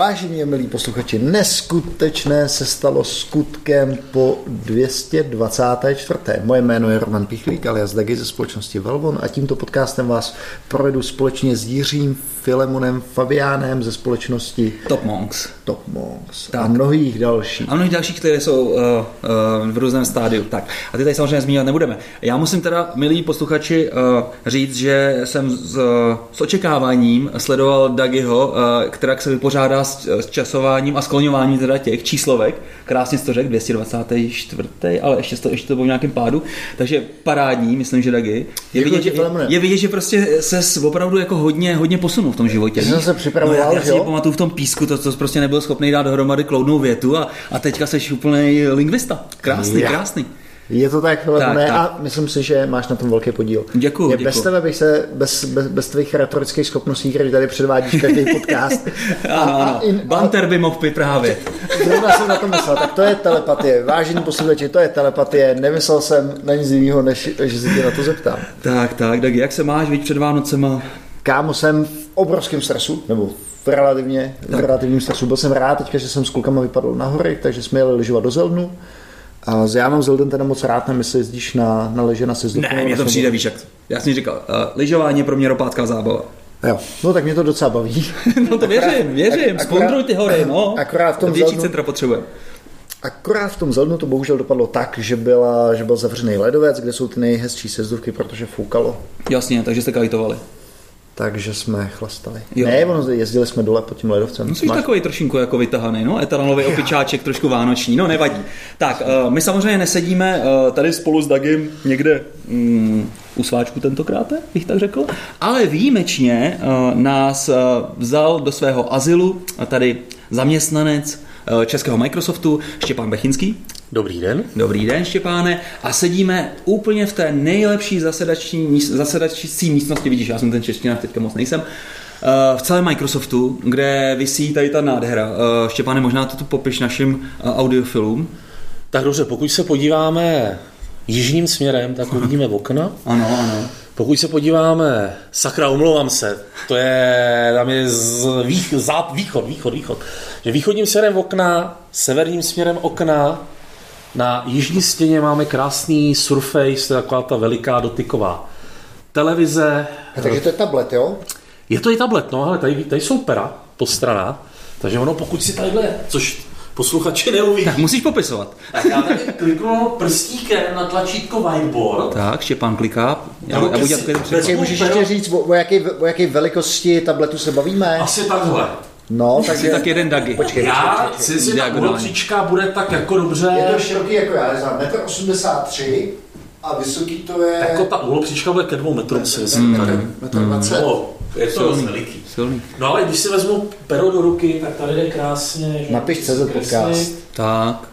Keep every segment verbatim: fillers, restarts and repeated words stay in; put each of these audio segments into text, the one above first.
Vážení a milí posluchači, neskutečné se stalo skutkem po dvě stě dvacáté čtvrté Moje jméno je Roman Pichlík, alias Dagi ze společnosti Velvon a tímto podcastem vás provedu společně s Jiřím Filemonem Fabiánem ze společnosti Top Monks. Top Monks a mnohých dalších. A mnohých dalších, které jsou uh, uh, v různém stádiu. Tak. A ty tady samozřejmě zmínit nebudeme. Já musím teda, milí posluchači, uh, říct, že jsem s, s očekáváním sledoval Dagiho, uh, která se vypořádá s, s časováním a skloňováním teda těch číslovek. Krásně jsi to řekl, dvě stě dvacáté čtvrté ale ještě to, ještě to bylo v nějakém pádu. Takže parádní, myslím, že Dagi. Je vidět, že, je vidět, že prostě se opravdu jako hodně, hodně posunul v tom životě. Jsem se připravoval, no, já, já si pamatuju v tom písku, to, to prostě nebyl schopný dát dohromady kloudnou větu a, a teďka jsi úplný lingvista. Krásný, já. krásný. Je to tak, Filemone, a myslím si, že máš na tom velký podíl. Děkuju, děkuju. Bez tebe bych se, bez, bez, bez tvých retorických schopností, které tady předvádíš každý podcast. Ano, ano. In, Banter by mohl vyprávět. Zrovna jsem na to myslel, tak to je telepatie. Vážení posluchači, to je telepatie. Nemyslel jsem na nic jiného, než že se tě na to zeptám. Tak, tak, Dagi, jak se máš, víc před Vánocema? Kámo, jsem v obrovském stresu, nebo v relativně, v relativním stresu. Byl jsem rád teďka, že jsem s klukama vypadl na hory, takže jsme jeli lyžovat do Zeldnu. A já mám Zelden teda moc rád, nevím, jestli jezdíš na, na lyže na Sjezdovku. Ne, mě to přijde, víš jak. Já jsem říkal, uh, lyžování je pro mě ropácká zábava. Jo, no tak mě to docela baví. No to věřím, věřím, spondruj ty hory, no. Akorát v tom větší Zeldnu, centra potřebujeme. Akorát v tom Zeldnu to bohužel dopadlo tak, že, byla, že byl zavřený ledovec, kde jsou ty nejhezčí sjezdovky, protože foukalo. Jasně, takže jste kajtovali. Takže jsme chlastali. Jo. Ne, ono, jezdili jsme dole pod tím ledovcem. No jsi Máš... takový trošinku jako vytahaný, no, etanolový opičáček, trošku vánoční, no nevadí. Tak, uh, my samozřejmě nesedíme uh, tady spolu s Dagim někde um, u sváčku tentokrát, bych tak řekl, ale výjimečně uh, nás uh, vzal do svého azylu a tady zaměstnanec uh, českého Microsoftu Štěpán Bechinský. Dobrý den. Dobrý den, Štěpáne. A sedíme úplně v té nejlepší zasedační, zasedačící místnosti, vidíš, já jsem ten čeština, teďka moc nejsem, v celém Microsoftu, kde visí tady ta nádhera. Štěpáne, možná to tu popiš našim audiofilům. Tak dobře, pokud se podíváme jižním směrem, tak uvidíme okna. Ano, ano. Pokud se podíváme, sakra, omlouvám se, to je, tam je z vých, záp, východ, východ, východ. Že východním směrem okna, severním směrem okna, na jižní stěně máme krásný Surface, to je taková ta veliká dotyková televize. A takže to je tablet, jo? Je to i tablet, no, ale tady, tady jsou pera po stranách, takže ono, pokud si tadyhle, což posluchači neuvidí. Tak musíš popisovat. Tak já tady kliknu prstíkem na tlačítko whiteboard. Tak, Štěpán kliká. Já, já budu dělat si, můžeš ještě říct, o, o, jaké, o jaké velikosti tabletu se bavíme? Asi takhle. No, takže... tak jeden Dagi. Počkej, já si si ta úhlopříčka bude tak jako dobře... Je to široký jako já, ne znám, metr osmdesát tři a vysoký to je... Jako ta úhlopříčka bude ke dvou metrům si myslím. metr dvacet. No, je to dost veliký. Silný. No ale když si vezmu pero do ruky, tak tady jde krásně... Napiš C Z podcast. Tak.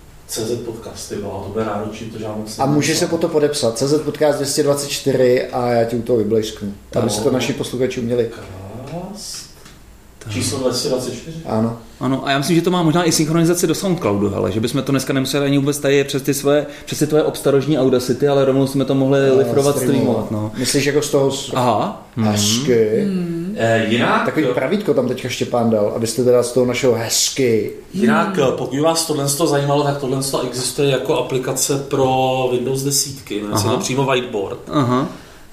C Z podcast, ty byla, to bude náročný, to žádnou se... A můžeš se po to podepsat, C Z podcast dvě stě dvacet čtyři a já ti u toho vyblejsknu. Aby si to naši posluchači uměli. Krás. Číslo dvě stě dvacet čtyři? Ano. Ano, a já myslím, že to má možná i synchronizaci do Soundcloudu, hele, že bychom to dneska nemuseli ani vůbec tady přes ty své, přes ty tvoje obstarožní Audacity, ale rovnou jsme to mohli no, lifrovat, streamovat, no. Myslíš jako z toho... Aha. Hezky. Hmm. Eh, jinak... Takový pravítko tam teďka Štěpán dal, abyste teda z toho našeho hezky. Jinak, hmm. pokud vás tohle zajímalo, tak tohle existuje jako aplikace pro Windows deset, jmenuje se to přímo Whiteboard. Aha.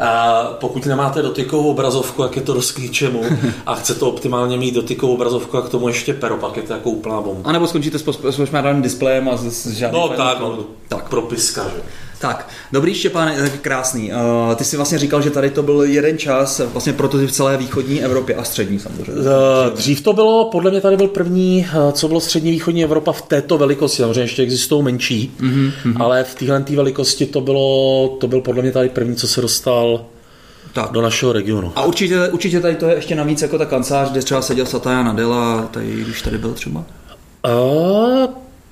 A pokud nemáte dotykovou obrazovku, jak je to dost k ničemu a chcete optimálně mít dotykovou obrazovku a k tomu ještě pero, pak je to jako úplná bomba. A nebo skončíte s pošmárdaným displejem a s žádným... No tak, no, tak propiska, že? Tak, dobrý Štěpáne, tak krásný. Uh, ty jsi vlastně říkal, že tady to byl jeden čas, vlastně prototyp v celé východní Evropě a střední samozřejmě. Uh, dřív to bylo, podle mě tady byl první, co bylo střední východní Evropa v této velikosti, samozřejmě ještě existují menší, mm-hmm. ale v téhle velikosti to bylo, to byl podle mě tady první, co se dostal tak. do našeho regionu. A určitě, určitě tady to je ještě navíc jako ta kancelář, kde třeba seděl Satya Nadella, tady, když tady byl třeba? Uh,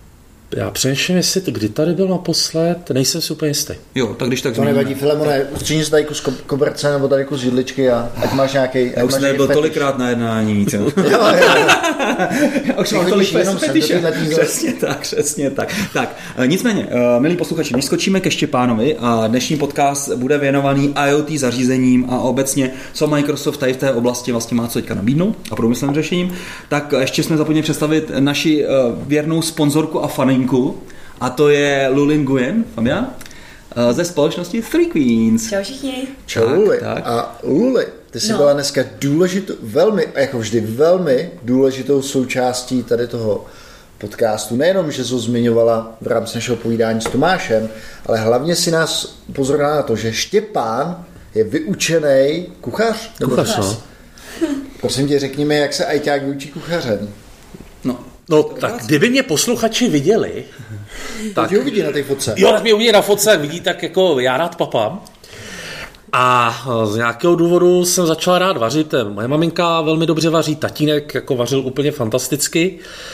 Já přemýšlím, jestli kdy tady byl naposled, nejsem si úplně jistý. Jo, tak když tak to nevadí, Filemone, stříni se tady kus koberce nebo tady kus židličky a ať máš nějaký... Já už jsem byl tolikrát na jednání víc. jo, jo. Já už mám tolik fetiše. Přesně tak, přesně tak. Tak, nicméně, milí posluchači, než skočíme ke Štěpánovi a dnešní podcast bude věnovaný IoT zařízením a obecně, co Microsoft tady v té oblasti vlastně má co teďka nabídnout a průmyslovým řešením, tak ještě jsme zapomněli představit naši věrnou sponzorku a faninku, a to je Lulin Nguyen, Fabian, ze společnosti Three Queens. Čau všichni. Čau Luli. A Luli, ty jsi no. byla dneska důležitou, velmi, jako vždy velmi důležitou součástí tady toho podcastu. Nejenom, že jsi ho zmiňovala v rámci našeho povídání s Tomášem, ale hlavně si nás upozornila na to, že Štěpán je vyučený kuchař. Kuchař, no. Prosím tě, řekni mi, jak se ajťák vyučí kuchařem. No, no tak kdyby mě posluchači viděli, tak... Ty ho vidí na té fotce. Jo, tak mě uvidí na fotce, jak vidí, tak jako já rád papám. A z nějakého důvodu jsem začal rád vařit. Moje maminka velmi dobře vaří, tatínek jako vařil úplně fantasticky.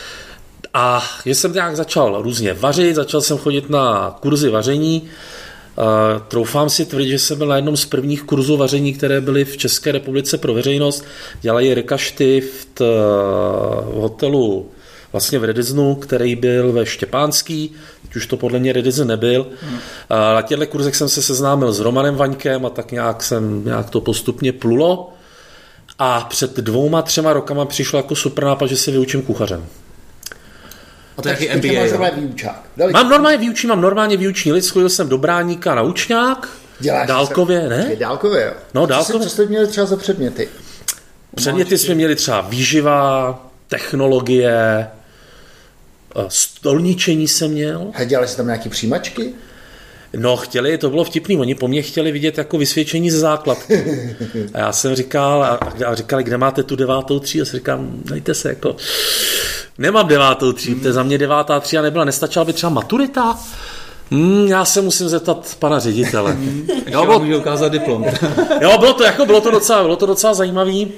A když jsem nějak začal různě vařit, začal jsem chodit na kurzy vaření. Uh, troufám si tvrdit, že jsem byl na jednom z prvních kurzů vaření, které byly v České republice pro veřejnost. Dělají Rika Štift uh, v hotelu vlastně v Rediznu, který byl ve Štěpánský, teď už to podle mě Redizn nebyl. Hmm. Na těchto kurzech jsem se seznámil s Romanem Vaňkem a tak nějak, jsem, nějak to postupně plulo. A před dvouma, třema rokama přišlo jako super nápad, že si vyučím kuchařem. A to je jaký M B A, máš normální výučák. Mám normálně výučí, mám normálně výuční list, chodil jsem do Bráníka na učňák. Děláš dálkově, se, ne? Dálkově, jo. No, dálkově. Co jste měli třeba za předměty? Předměty jsme měli třeba výživa, technologie, stolničení jsem měl. A dělali jste tam nějaké přijímačky? No, chtěli, to bylo vtipný, oni po mně chtěli vidět jako vysvědčení ze základky. A já jsem říkal, a, a říkali, kde máte tu devátou tří? A já si říkám, dejte se, jako, nemám devátou tří, to je za mě devátá tří a nebyla, nestačila by třeba maturita? Hmm, já se musím zeptat pana ředitele. Jo, bylo, můžu ukázat diplom. Jo, bylo to, jako, bylo to docela, bylo to docela zajímavý.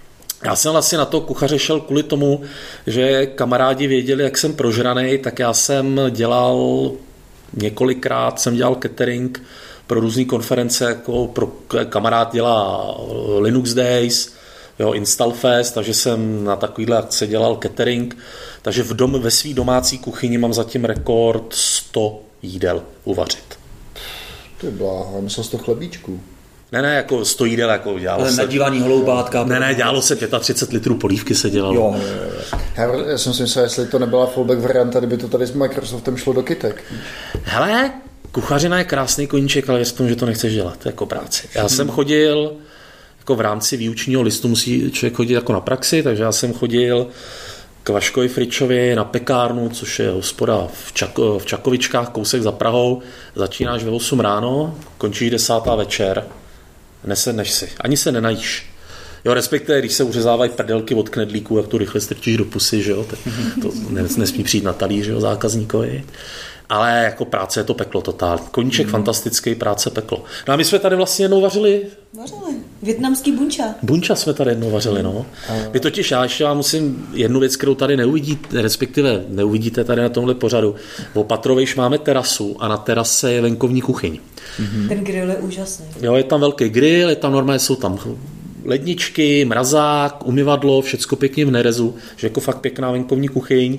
Já jsem vlastně na to kuchaře šel kvůli tomu, že kamarádi věděli, jak jsem prožranej, tak já jsem dělal několikrát, jsem dělal catering pro různé konference, jako pro kamarád dělá Linux Days, jo, Installfest, takže jsem na takovýhle akce dělal catering, takže v dom, ve své domácí kuchyni mám zatím rekord sto jídel uvařit. To je bláho, myslel sto chlebíčků. Ne, ne, jako sto jídel, jako dělalo ale se... nadívaný holoubátka. Ne, ne, dělalo se třicet pět litrů polívky se dělalo. Jo, jo, jo. Já, já jsem si myslel, jestli to nebyla fallback varianta, kdyby to tady s Microsoftem šlo do kytek. Hele, kuchařina je krásný koníček, ale věřím, že to nechceš dělat jako práci. Já jsem chodil, jako v rámci výučního listu musí člověk chodit jako na praxi, takže já jsem chodil k Vaškovi Fričovi na pekárnu, což je hospoda v, Čako, v Čakovičkách, kousek za Prahou. Začínáš ve osm ráno, končíš desátá večer, nesedneš si, ani se nenajíš. Jo, respektive, když se uřezávají prdelky od knedlíků, jak to rychle strčíš do pusy, že jo, to nesmí přijít na talíř, že jo, zákazníkovi. Ale jako práce je to peklo totál. Koníček mm. fantastický, práce peklo. No a my jsme tady vlastně jednou vařili. Vařili. Vietnamský bunča. Bunča jsme tady jednou vařili, no. Vy totiž, já ještě vám musím jednu věc, kterou tady neuvidíte, respektive neuvidíte tady na tomhle pořadu. V Opatrovejš máme terasu a na terase je venkovní kuchyň. Mm-hmm. Ten grill je úžasný. Jo, je tam velký grill, je tam normálně, jsou tam ledničky, mrazák, umyvadlo, všecko pěkně v nerezu, že jako fakt pěkná venkovní kuchyň.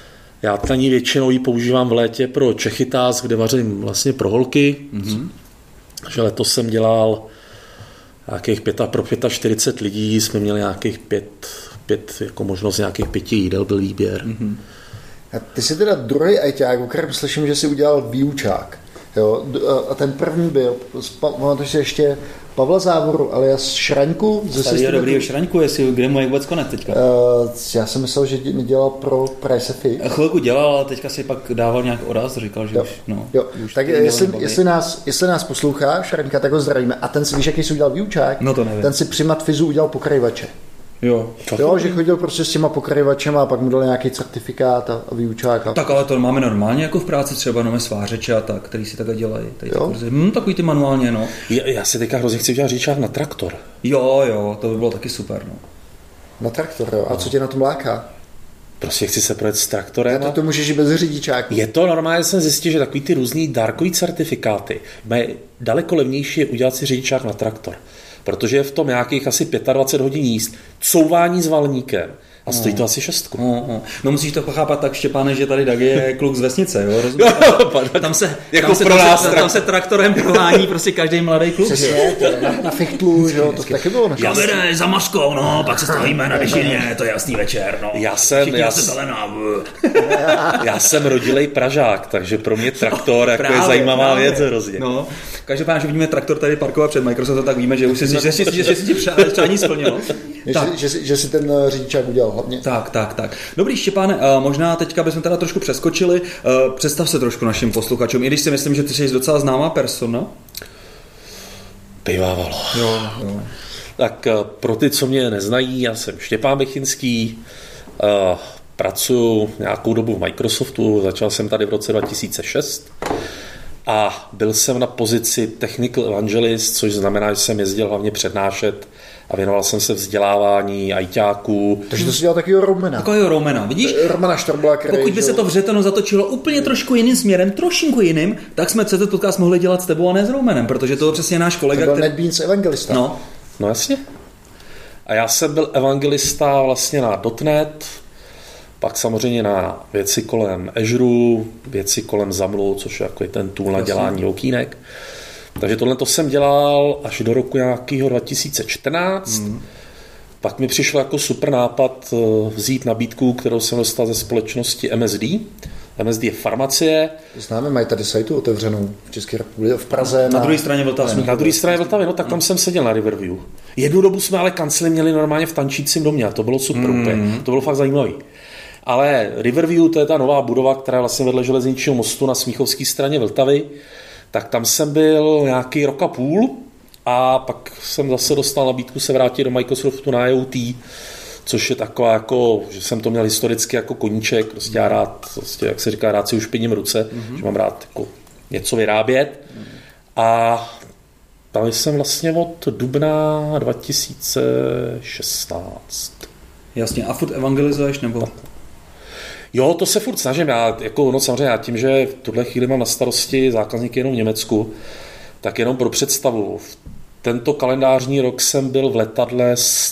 Já tkaní většinou ji používám v létě pro Čechytás, kde vařím vlastně pro holky. Mm-hmm. Že letos jsem dělal nějakých pět, pro čtyřicet pět lidí, jsme měli nějakých pět, pět jako možnost nějakých pěti jídel, byl výběr. Mm-hmm. A ty jsi teda druhý ajťák, o kterém slyším, že jsi udělal výučák. Jo? A ten první byl, pamatuješ si ještě Pavla Závoru, alias Šraňku. Starýho dobrýho Šraňku, jestli kde mu je vůbec konec teďka. Uh, já jsem myslel, že dělal pro Pricefy. A chvilku dělal, ale teďka si pak dával nějak odraz, říkal, že jo. už, no. Jo. Už tak jestli, jestli, nás, jestli nás poslouchá Šraňka, tak ho zdravíme. A ten si, víš, jaký jsi udělal výučák? No to nevím. Ten si při matfizu udělal pokrajvače. Jo. Jo, že chodil prostě s těma pokrajvačema a pak mu dali nějaký certifikát a, a výučák. A... Tak ale to máme normálně jako v práci, třeba nové svářeče a tak, který si takhle dělají. Hm, takový ty manuálně, no. Já, já si teďka hrozně chci udělat řidičák na traktor. Jo, jo, to by bylo taky super, no. Na traktor, jo. A no. Co tě na tom láká? Prostě chci se projet s traktorem. A to, to můžeš i bez řidičáku. Je to normálně, jsem zjistil, že takový ty různý dárkový certifikáty mají daleko levnější udělat si řidičák na traktor. Protože je v tom nějakých asi dvacet pět hodin jíst, couvání s valníkem A stojí to asi šestku. No, no. no musíš to pochápat tak, Štěpáne, že tady Dag je kluk z vesnice, jo? Rozumíš? Tam se, jako tam, se, pro tam, nás se, tam se traktorem prohání prostě každý mladý kluk. Přesně, na, na fichtlu, že jo, to taky bylo naše. Já vede za Moskou, no, pak se stavíme na Dešině, to je jasný večer, no. Já jsem, já, se zelená. já jsem rodilej Pražák, takže pro mě traktor jako právě, je zajímavá právě. věc hrozně. No, každopádně, že vidíme traktor tady parkovat před Microsoftem, tak víme, že už si, že, že, že, že si ti přání splnilo. Že, že, že si ten řidičák udělal hlavně. Tak, tak, tak. Dobrý, Štěpáne, možná teďka bychom teda trošku přeskočili. Představ se trošku našim posluchačům, i když si myslím, že ty jsi docela známá persona. Bývávalo. Jo, jo. Tak pro ty, co mě neznají, já jsem Štěpán Bechinský, pracuji nějakou dobu v Microsoftu, začal jsem tady v roce dva tisíce šest a byl jsem na pozici Technical Evangelist, což znamená, že jsem jezdil hlavně přednášet a věnoval jsem se vzdělávání ajťáků. Takže to si dělal takového Romana. Takového Romana, vidíš? Romana Štorbla, který... Pokud by se to vřeteno zatočilo úplně trošku jiným směrem, trošinku jiným, tak jsme C Z podcast mohli dělat s tebou a ne s Romanem, protože to je přesně náš kolega. To byl který... NetBeans evangelista. No. no jasně. A já jsem byl evangelista vlastně na .dot net, pak samozřejmě na věci kolem Azure, věci kolem Zamlu, což je jako ten tool na dělání okýnek. Takže tohle to jsem dělal až do roku nějakého dva tisíce čtrnáct. Mm. Pak mi přišlo jako super nápad vzít nabídku, kterou jsem dostal ze společnosti M S D. M S D je farmacie. Známe, mají tady sajtu otevřenou v České republice, v Praze. Na, na druhé straně Vltavy. Na druhé straně Vltavy, no tak tam mm. jsem seděl na Riverview. Jednu dobu jsme ale kancely měli normálně v tančícím domě a to bylo super. Mm. To bylo fakt zajímavý. Ale Riverview, to je ta nová budova, která je vlastně vedle železničního mostu na smíchovské straně Vltavy. Tak tam jsem byl nějaký rok a půl a pak jsem zase dostal nabídku se vrátit do Microsoftu na I O T, což je taková jako, že jsem to měl historicky jako koníček, prostě já rád, prostě, jak se říká, rád si ušpiním ruce, mm-hmm. že mám rád jako něco vyrábět. Mm-hmm. A tam jsem vlastně od dubna dva tisíce šestnáct. Jasně, a furt evangelizuješ nebo... Jo, to se furt snažím. Já, jako, no samozřejmě já tím, že v tuhle chvíli mám na starosti zákazníky jenom v Německu, tak jenom pro představu. Tento kalendářní rok jsem byl v letadle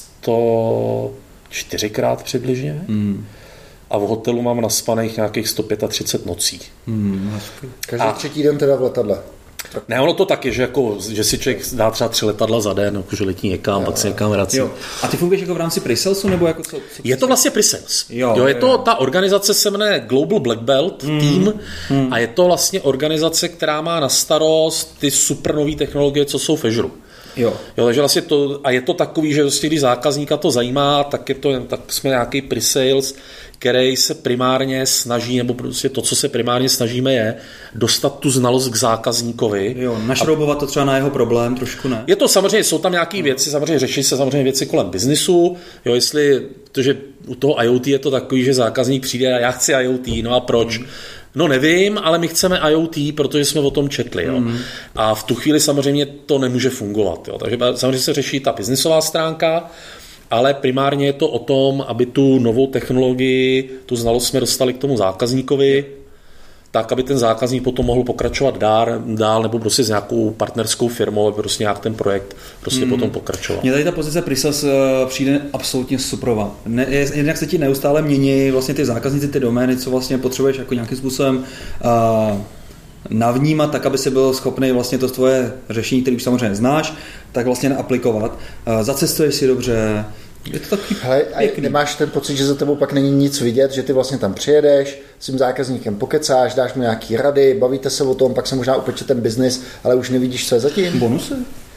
sto čtyřikrát přibližně mm. a v hotelu mám naspaných nějakých sto třicet pět nocí. Mm. Každý a... třetí den teda v letadle. Ne, ono to tak je, že, jako, že si člověk dá třeba tři letadla za den, jako, že letí někam, jo, pak se někam vrací. Jo. A ty funguješ jako v rámci pre-salesu, nebo jako co? co je to vlastně pre-sales. Jo, jo, je jo, to, jo. ta organizace se jmenuje Global Black Belt mm. Team mm. a je to vlastně organizace, která má na starost ty super nové technologie, co jsou v Azure. Jo. Jo, takže vlastně to, a je to takový, že vlastně, když zákazníka to zajímá, tak, je to, tak jsme nějaký pre-sales, který se primárně snaží, nebo prostě to, co se primárně snažíme, je dostat tu znalost k zákazníkovi. Jo, našroubovat to třeba na jeho problém, trošku ne. Je to samozřejmě, jsou tam nějaké věci, samozřejmě řeší se samozřejmě věci kolem biznisu, jo, jestli, protože u toho I O T je to takový, že zákazník přijde a já chci I O T, no a proč? Hmm. No nevím, ale my chceme I O T, protože jsme o tom četli. Jo. Mm. A v tu chvíli samozřejmě to nemůže fungovat. Jo. Takže samozřejmě se řeší ta biznisová stránka, ale primárně je to o tom, aby tu novou technologii, tu znalost jsme dostali k tomu zákazníkovi, tak, aby ten zákazník potom mohl pokračovat dál, dál nebo prostě s nějakou partnerskou firmou, aby prostě nějak ten projekt prostě mm. potom pokračoval. Mně tady ta pozice pre-sales přijde absolutně suprová. Ne, jednak se ti neustále mění vlastně ty zákazníci, ty domény, co vlastně potřebuješ jako nějakým způsobem uh, navnímat, tak, aby si byl schopný vlastně to tvoje řešení, které už samozřejmě znáš, tak vlastně naaplikovat. Uh, zacestuješ si dobře. Je to takový Hele, a nemáš ten pocit, že za tebou pak není nic vidět, že ty vlastně tam přijedeš, s tím zákazníkem pokecáš, dáš mu nějaký rady, bavíte se o tom, pak se možná upeče ten biznis, ale už nevidíš, co je zatím. Bonusy?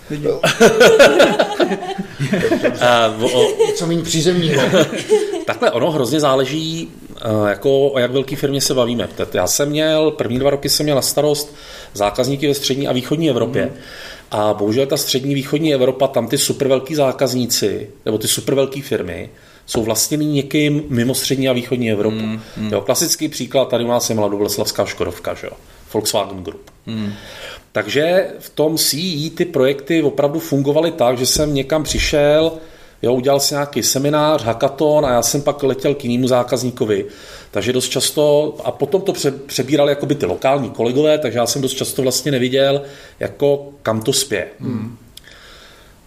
Co méně přízemního. Takhle ono hrozně záleží, jako o jak velké firmě se bavíme. Já jsem měl, první dva roky jsem měl na starost zákazníky ve střední a východní Evropě. Mm. A bohužel ta střední východní Evropa, tam ty super velký zákazníci, nebo ty super velké firmy, jsou vlastně někým mimo střední a východní Evropu. Mm, mm. Jo, klasický příklad, tady u nás je Mladoboleslavská Škodovka, že jo? Volkswagen Group. Mm. Takže v tom C E ty projekty opravdu fungovaly tak, že jsem někam přišel, jo, udělal si nějaký seminář, hackathon a já jsem pak letěl k jinému zákazníkovi. Takže dost často, a potom to přebírali jakoby ty lokální kolegové, takže já jsem dost často vlastně neviděl, jako kam to spěje. Hmm.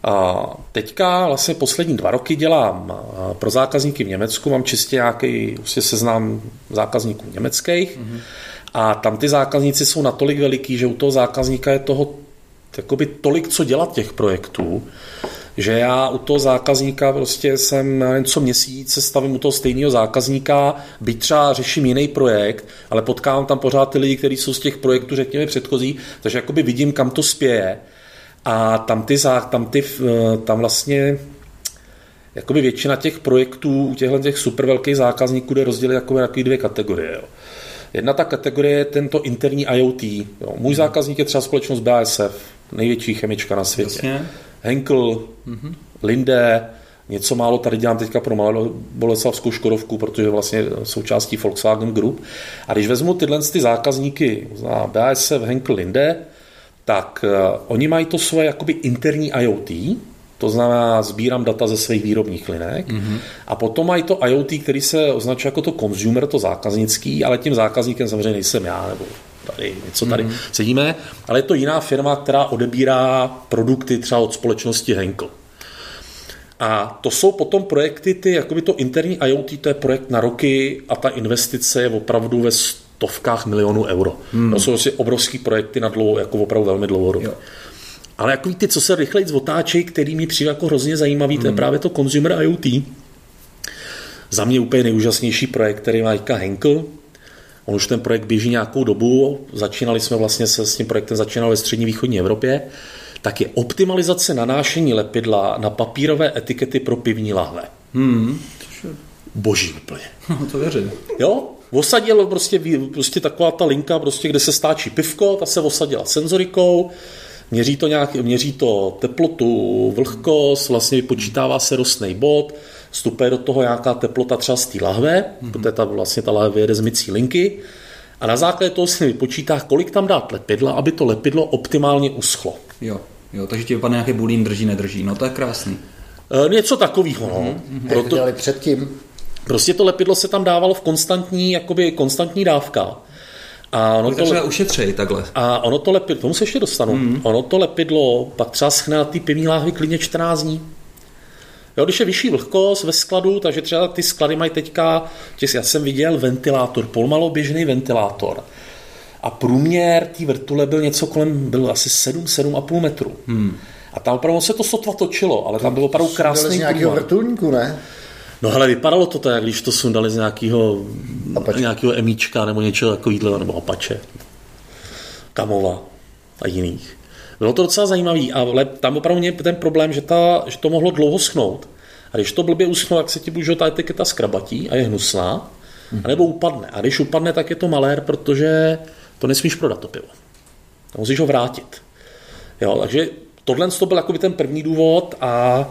A teďka vlastně poslední dva roky dělám pro zákazníky v Německu, mám čistě nějaký vlastně seznam zákazníků německých mm-hmm. a tam ty zákazníci jsou natolik veliký, že u toho zákazníka je toho jakoby tolik co dělat těch projektů, že já u toho zákazníka prostě jsem nevím, co měsíc se stavím u toho stejného zákazníka, byť třeba řeším jiný projekt, ale potkávám tam pořád ty lidi, kteří jsou z těch projektů, řekněme, předchozí, takže jakoby vidím, kam to spěje. A tam, ty, tam, ty, tam vlastně jakoby většina těch projektů u těchto těch super velkých zákazníků jde rozdělit jako takové dvě kategorie. Jo. Jedna ta kategorie je tento interní I O T. Jo. Můj zákazník je třeba společnost B A S F, největší chemička na světě. Jasně. Henkel, mm-hmm. Linde, něco málo tady dělám teďka pro malou boleslavskou Škodovku, protože vlastně součástí Volkswagen Group. A když vezmu tyhle ty zákazníky, B A S F, Henkel, Linde, tak uh, oni mají to svoje jakoby interní I O T, to znamená sbírám data ze svých výrobních linek mm-hmm. a potom mají to I O T, který se označuje jako to consumer, to zákaznický, ale tím zákazníkem samozřejmě nejsem já, nebo tady něco tady mm-hmm. sedíme, ale je to jiná firma, která odebírá produkty třeba od společnosti Henkel. A to jsou potom projekty, ty, jakoby to interní I O T, to je projekt na roky a ta investice je opravdu ve stovkách milionů euro. Hmm. To jsou asi obrovský projekty na dlouho, jako opravdu velmi dlouhodobě. Ale jako ty, co se rychleji otáčejí, který mi přijde jako hrozně zajímavý, hmm. to je právě to consumer I O T. Za mě úplně nejúžasnější projekt, který má Henkel. On už ten projekt běží nějakou dobu. Začínali jsme vlastně se s tím projektem začínali ve střední východní Evropě. Tak je optimalizace nanášení lepidla na papírové etikety pro pivní lahve. Hmm. Boží úplně. No, to věřím. Jo? Osadil prostě, prostě taková ta linka, prostě, kde se stáčí pivko, ta se osadila senzorikou, měří to, nějak, měří to teplotu, vlhkost, vlastně vypočítává se rostný bod, vstupuje do toho nějaká teplota třeba z té lahve, mm-hmm. protože ta, vlastně ta lahve jede z mycí linky a na základě toho si vypočítá, kolik tam dát lepidla, aby to lepidlo optimálně uschlo. Jo, jo, takže ti vypadne nějaký bulín, drží, nedrží, no to je krásný. E, něco takového, no. Mm-hmm. Proto... Jak to dělali předtím? Prostě to lepidlo se tam dávalo v konstantní, jakoby konstantní dávka. A ono to třeba ušetřeji takhle. A ono to lepidlo, tomu se ještě dostanu, mm. ono to lepidlo pak třeba schne na ty pivní láhvy klidně čtrnáct dní. Jo, když je vyšší vlhkost ve skladu, takže třeba ty sklady mají teďka, těch, já jsem viděl ventilátor, polmaloběžný ventilátor. A průměr té vrtule byl něco kolem, byl asi sedm, sedm a půl metru. Mm. A tam opravdu se to sotva točilo, ale tam bylo opravdu krásný průměr. Z nějakého vrtulníku, ne? No hele, vypadalo to tak, když to sundali z nějakého, nějakého emíčka nebo něčeho takového, nebo Apache, Kamova a jiných. Bylo to docela zajímavý, ale tam opravdu je ten problém, že, ta, že to mohlo dlouho schnout. A když to blbě uschnou, tak se ti buď ta etiketa zkrabatí a je hnusná, hmm. anebo upadne. A když upadne, tak je to malér, protože to nesmíš prodat to pivo. To musíš ho vrátit. Jo, takže tohle to byl jakoby ten první důvod a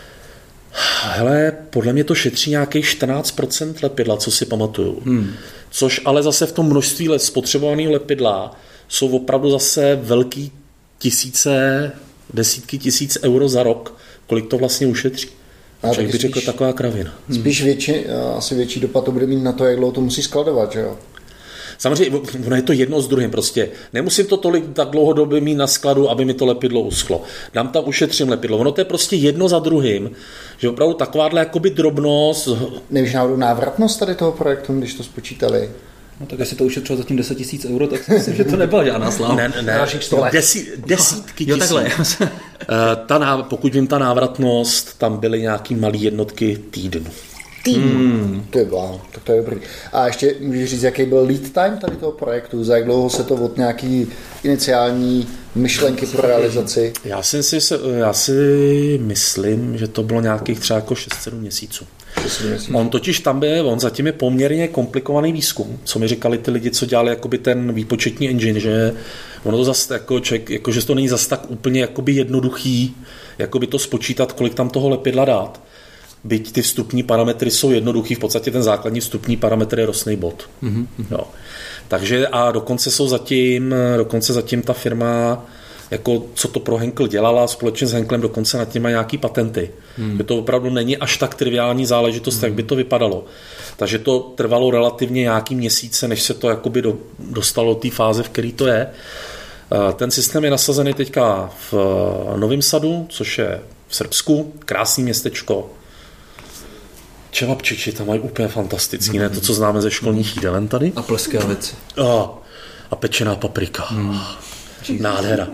hele, podle mě to šetří nějakých čtrnáct procent lepidla, co si pamatuju. Hmm. Což ale zase v tom množství let spotřebovaného lepidla jsou opravdu zase velký tisíce, desítky tisíc euro za rok, kolik to vlastně ušetří. Takže bych řekl taková kravina. Spíš větší, asi větší dopad to bude mít na to, jak dlouho to musí skladovat, že jo? Samozřejmě, ono je to jedno s druhým prostě. Nemusím to tolik tak dlouhodobě mít na skladu, aby mi to lepidlo uschlo. Dám tam, ušetřím lepidlo. Ono to je prostě jedno za druhým, že opravdu takováhle jakoby drobnost. Nevíš náhodou návratnost tady toho projektu, když to spočítali? No tak jestli to ušetřilo zatím deset tisíc euro, tak si myslím, že to nebyla žádná sláva. Ne, ne, ne desí, desítky tisíc. Jo, takhle. ta, pokud vím, ta návratnost, tam byly nějaký malý jednotky týdnu. Hmm. To je wow, tak to je dobrý. A ještě můžeš říct, jaký byl lead time tady toho projektu? Za jak dlouho se to od nějaký iniciální myšlenky pro realizaci? Já si, já si myslím, že to bylo nějakých třeba jako šest sedm měsíců. On totiž tam byl, on zatím je poměrně komplikovaný výzkum, co mi říkali ty lidi, co dělali jakoby ten výpočetní engine, že ono to zase jako, člověk, jako že to není zase tak úplně jakoby jednoduchý, jakoby to spočítat, kolik tam toho lepidla dát. Byť ty vstupní parametry jsou jednoduchý, v podstatě ten základní vstupní parametr je rostný bod. Mm-hmm. Jo. Takže a dokonce jsou zatím, dokonce zatím ta firma, jako co to pro Henkel dělala, společně s Henklem dokonce nad tím má nějaký patenty. Mm. Že to opravdu není až tak triviální záležitost, mm. jak by to vypadalo. Takže to trvalo relativně nějaký měsíce, než se to jakoby do, dostalo do té fáze, v které to je. Ten systém je nasazený teďka v Novém Sadu, což je v Srbsku, krásný městečko. Čevapčiči tam mají úplně fantastický, ne? To, co známe ze školních jídelen tady. A pleskavice. A, a pečená paprika. Hmm. Nádhera.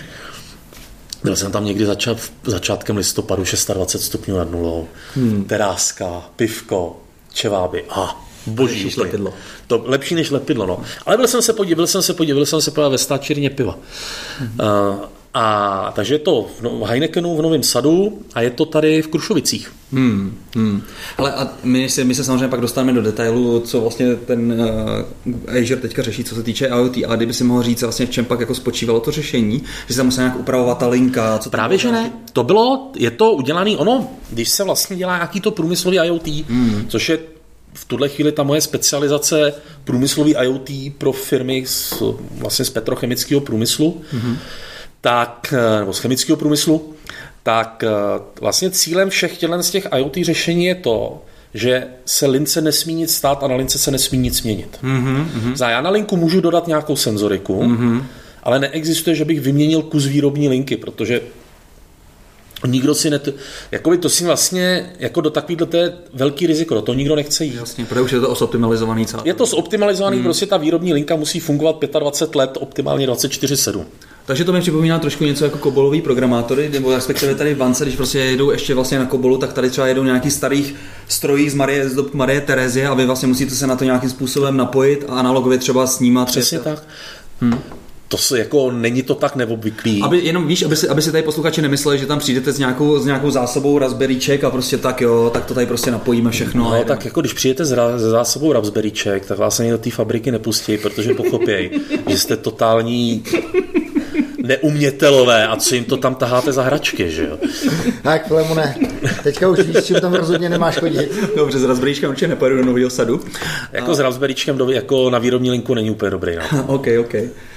Byl jsem tam někdy začát, začátkem listopadu, dvacet šest stupňů nad nulou. Hmm. Teráska, pivko, čeváby. A boží. Lepší lepidlo. To lepší než lepidlo, no. Ale byl jsem se podívat, byl jsem se podívat, byl jsem se podívat ve stáčírně piva. Hmm. Uh, a takže je to v Heinekenu v Novém Sadu a je to tady v Krušovicích. Hmm, hmm. Ale a my, si, my se samozřejmě pak dostaneme do detailu, co vlastně ten uh, Azure teďka řeší, co se týče IoT, ale kdyby si mohl říct vlastně, v čem pak jako spočívalo to řešení, že se tam musela nějak upravovat ta linka. Co Právě, že ne. To bylo, je to udělané ono, když se vlastně dělá nějaký to průmyslový IoT, hmm. což je v tuhle chvíli ta moje specializace průmyslový IoT pro firmy z, vlastně z petrochemického průmyslu, hmm. tak, nebo z chemického průmyslu, tak vlastně cílem všech těchto z těch IoT řešení je to, že se lince nesmí nic stát a na lince se nesmí nic měnit. Mm-hmm. Já na linku můžu dodat nějakou senzoriku, mm-hmm. ale neexistuje, že bych vyměnil kus výrobní linky, protože nikdo si net... Jakoby to si vlastně jako do takovýhle to je velký riziko, do toho nikdo nechce jít. Jasně, protože už je to zoptimalizovaný celé. Je to zoptimalizovaný, mm. prostě ta výrobní linka musí fungovat dvacet pět let, optimálně dvacet čtyři sedm. Takže to mi připomíná trošku něco jako kobolový programátory, nebo respektive tady v bance, když prostě jedou ještě vlastně na kobolu, tak tady třeba jedou nějaký starých strojí z Marie, z dob Marie Terezie a vy vlastně musíte se na to nějakým způsobem napojit a analogově třeba snímat. Přesně tak. Hm. To se jako není to tak neobvyklý. Aby jenom víš, aby si, aby si tady posluchači nemysleli, že tam přijdete s nějakou, s nějakou zásobou Raspberryček a prostě tak jo, tak to tady prostě napojíme všechno. No tak jako když přijete s zásobou Raspberryček, tak vás ani do té fabriky nepustí, protože pochopějí, že jste totální neumětelové a co jim to tam taháte za hračky, že jo? Tak, Filemone, teďka už víš, čím tam rozhodně nemáš chodit. Dobře, s Raspberryčkem určitě nepojedu do Nového Sadu. Jako a... s Raspberryčkem do, jako na výrobní linku není úplně dobrý. No. OK, OK.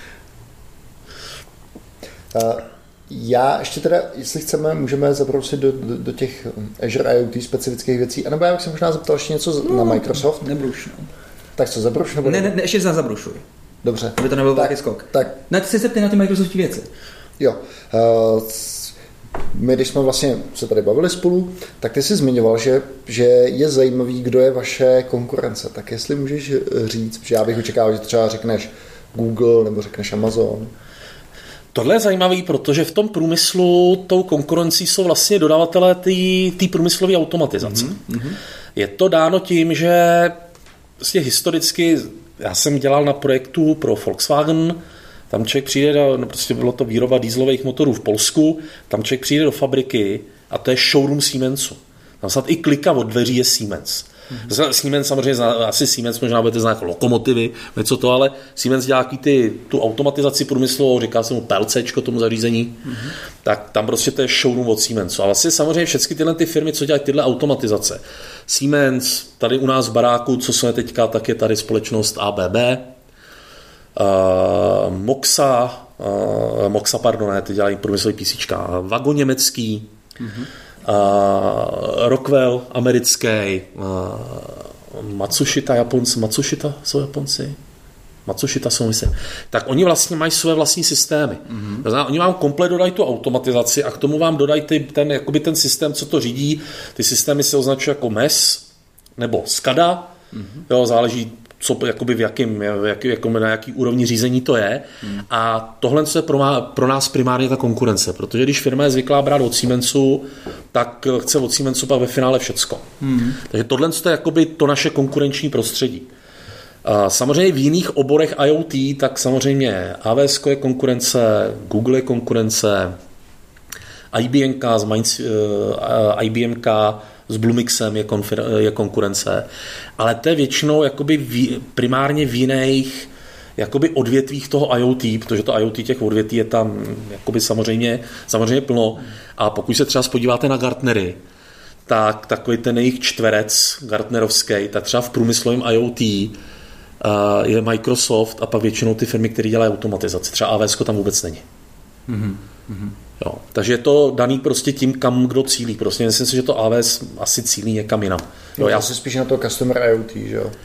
Uh, já ještě teda, jestli chceme, můžeme zabrousit do, do, do těch Azure IoT specifických věcí, anebo já bych se možná zeptal ještě něco no, na Microsoft. Nebruš. No. Tak co, zabruš? Nebo ne, ne, ne, ještě zabrušuj. Dobře. Aby to nebyl velký skok. Tak. Ne, ty si se ptej na ty Microsoftí věci. Jo. Uh, my, když jsme vlastně se tady bavili spolu, tak ty jsi zmiňoval, že, že je zajímavý, kdo je vaše konkurence. Tak jestli můžeš říct, že já bych očekával, že třeba řekneš Google nebo řekneš Amazon. Tohle je zajímavý, protože v tom průmyslu tou konkurencí jsou vlastně dodavatelé té průmyslové automatizace. Mm-hmm. Je to dáno tím, že vlastně historicky, já jsem dělal na projektu pro Volkswagen, tam člověk přijde, do, no prostě bylo to výroba dieselových motorů v Polsku, tam člověk přijde do fabriky a to je showroom Siemensu. Tam snad i klika od dveří je Siemens. Mm-hmm. Siemens samozřejmě, asi Siemens možná budete znát jako lokomotivy, něco to, ale Siemens dělá ty, tu automatizaci průmyslovou, říká se mu PLCčko tomu zařízení, mm-hmm. tak tam prostě to je showroom od Siemensu. A vlastně samozřejmě všechny tyhle ty firmy, co dělají tyhle automatizace. Siemens, tady u nás v baráku, co jsme teďka, tak je tady společnost A B B, uh, Moxa, uh, Moxa, pardon, ne, ty dělají průmyslový písíčka, Vago německý, mm-hmm. Uh, Rockwell americký, uh, Matsushita Japonci, Matsushita jsou Japonci? Matsushita jsou myslím. Tak oni vlastně mají své vlastní systémy. Mm-hmm. To znamená, oni vám komplet dodají tu automatizaci a k tomu vám dodají ty, ten, jakoby ten systém, co to řídí. Ty systémy se označují jako M E S nebo SCADA. Mm-hmm. Jo, záleží, co, jakoby v jakým, jak, jako na jaký úrovni řízení to je. Mm. A tohle je pro, má, pro nás primárně ta konkurence, protože když firma je zvyklá brát od Siemensu, tak chce od Siemensu pak ve finále všecko. Mm. Takže tohle je jakoby to naše konkurenční prostředí. A samozřejmě v jiných oborech IoT, tak samozřejmě A W S je konkurence, Google je konkurence, I B M K z Mainz, I B M K s Blumixem je, konfer- je konkurence, ale to je většinou jakoby v, primárně v jiných jakoby odvětvích toho IoT, protože to IoT těch odvětví je tam jakoby samozřejmě, samozřejmě plno. A pokud se třeba podíváte na Gartnery, tak takový ten jejich čtverec gartnerovský, tak třeba v průmyslovém IoT uh, je Microsoft a pak většinou ty firmy, které dělají automatizaci. Třeba A W S tam vůbec není. Mm-hmm. Jo, takže je to daný prostě tím, kam kdo cílí. Prostě myslím si, že to A W S asi cílí někam jinam. Jo, já si spíš na to customer IoT, že jo?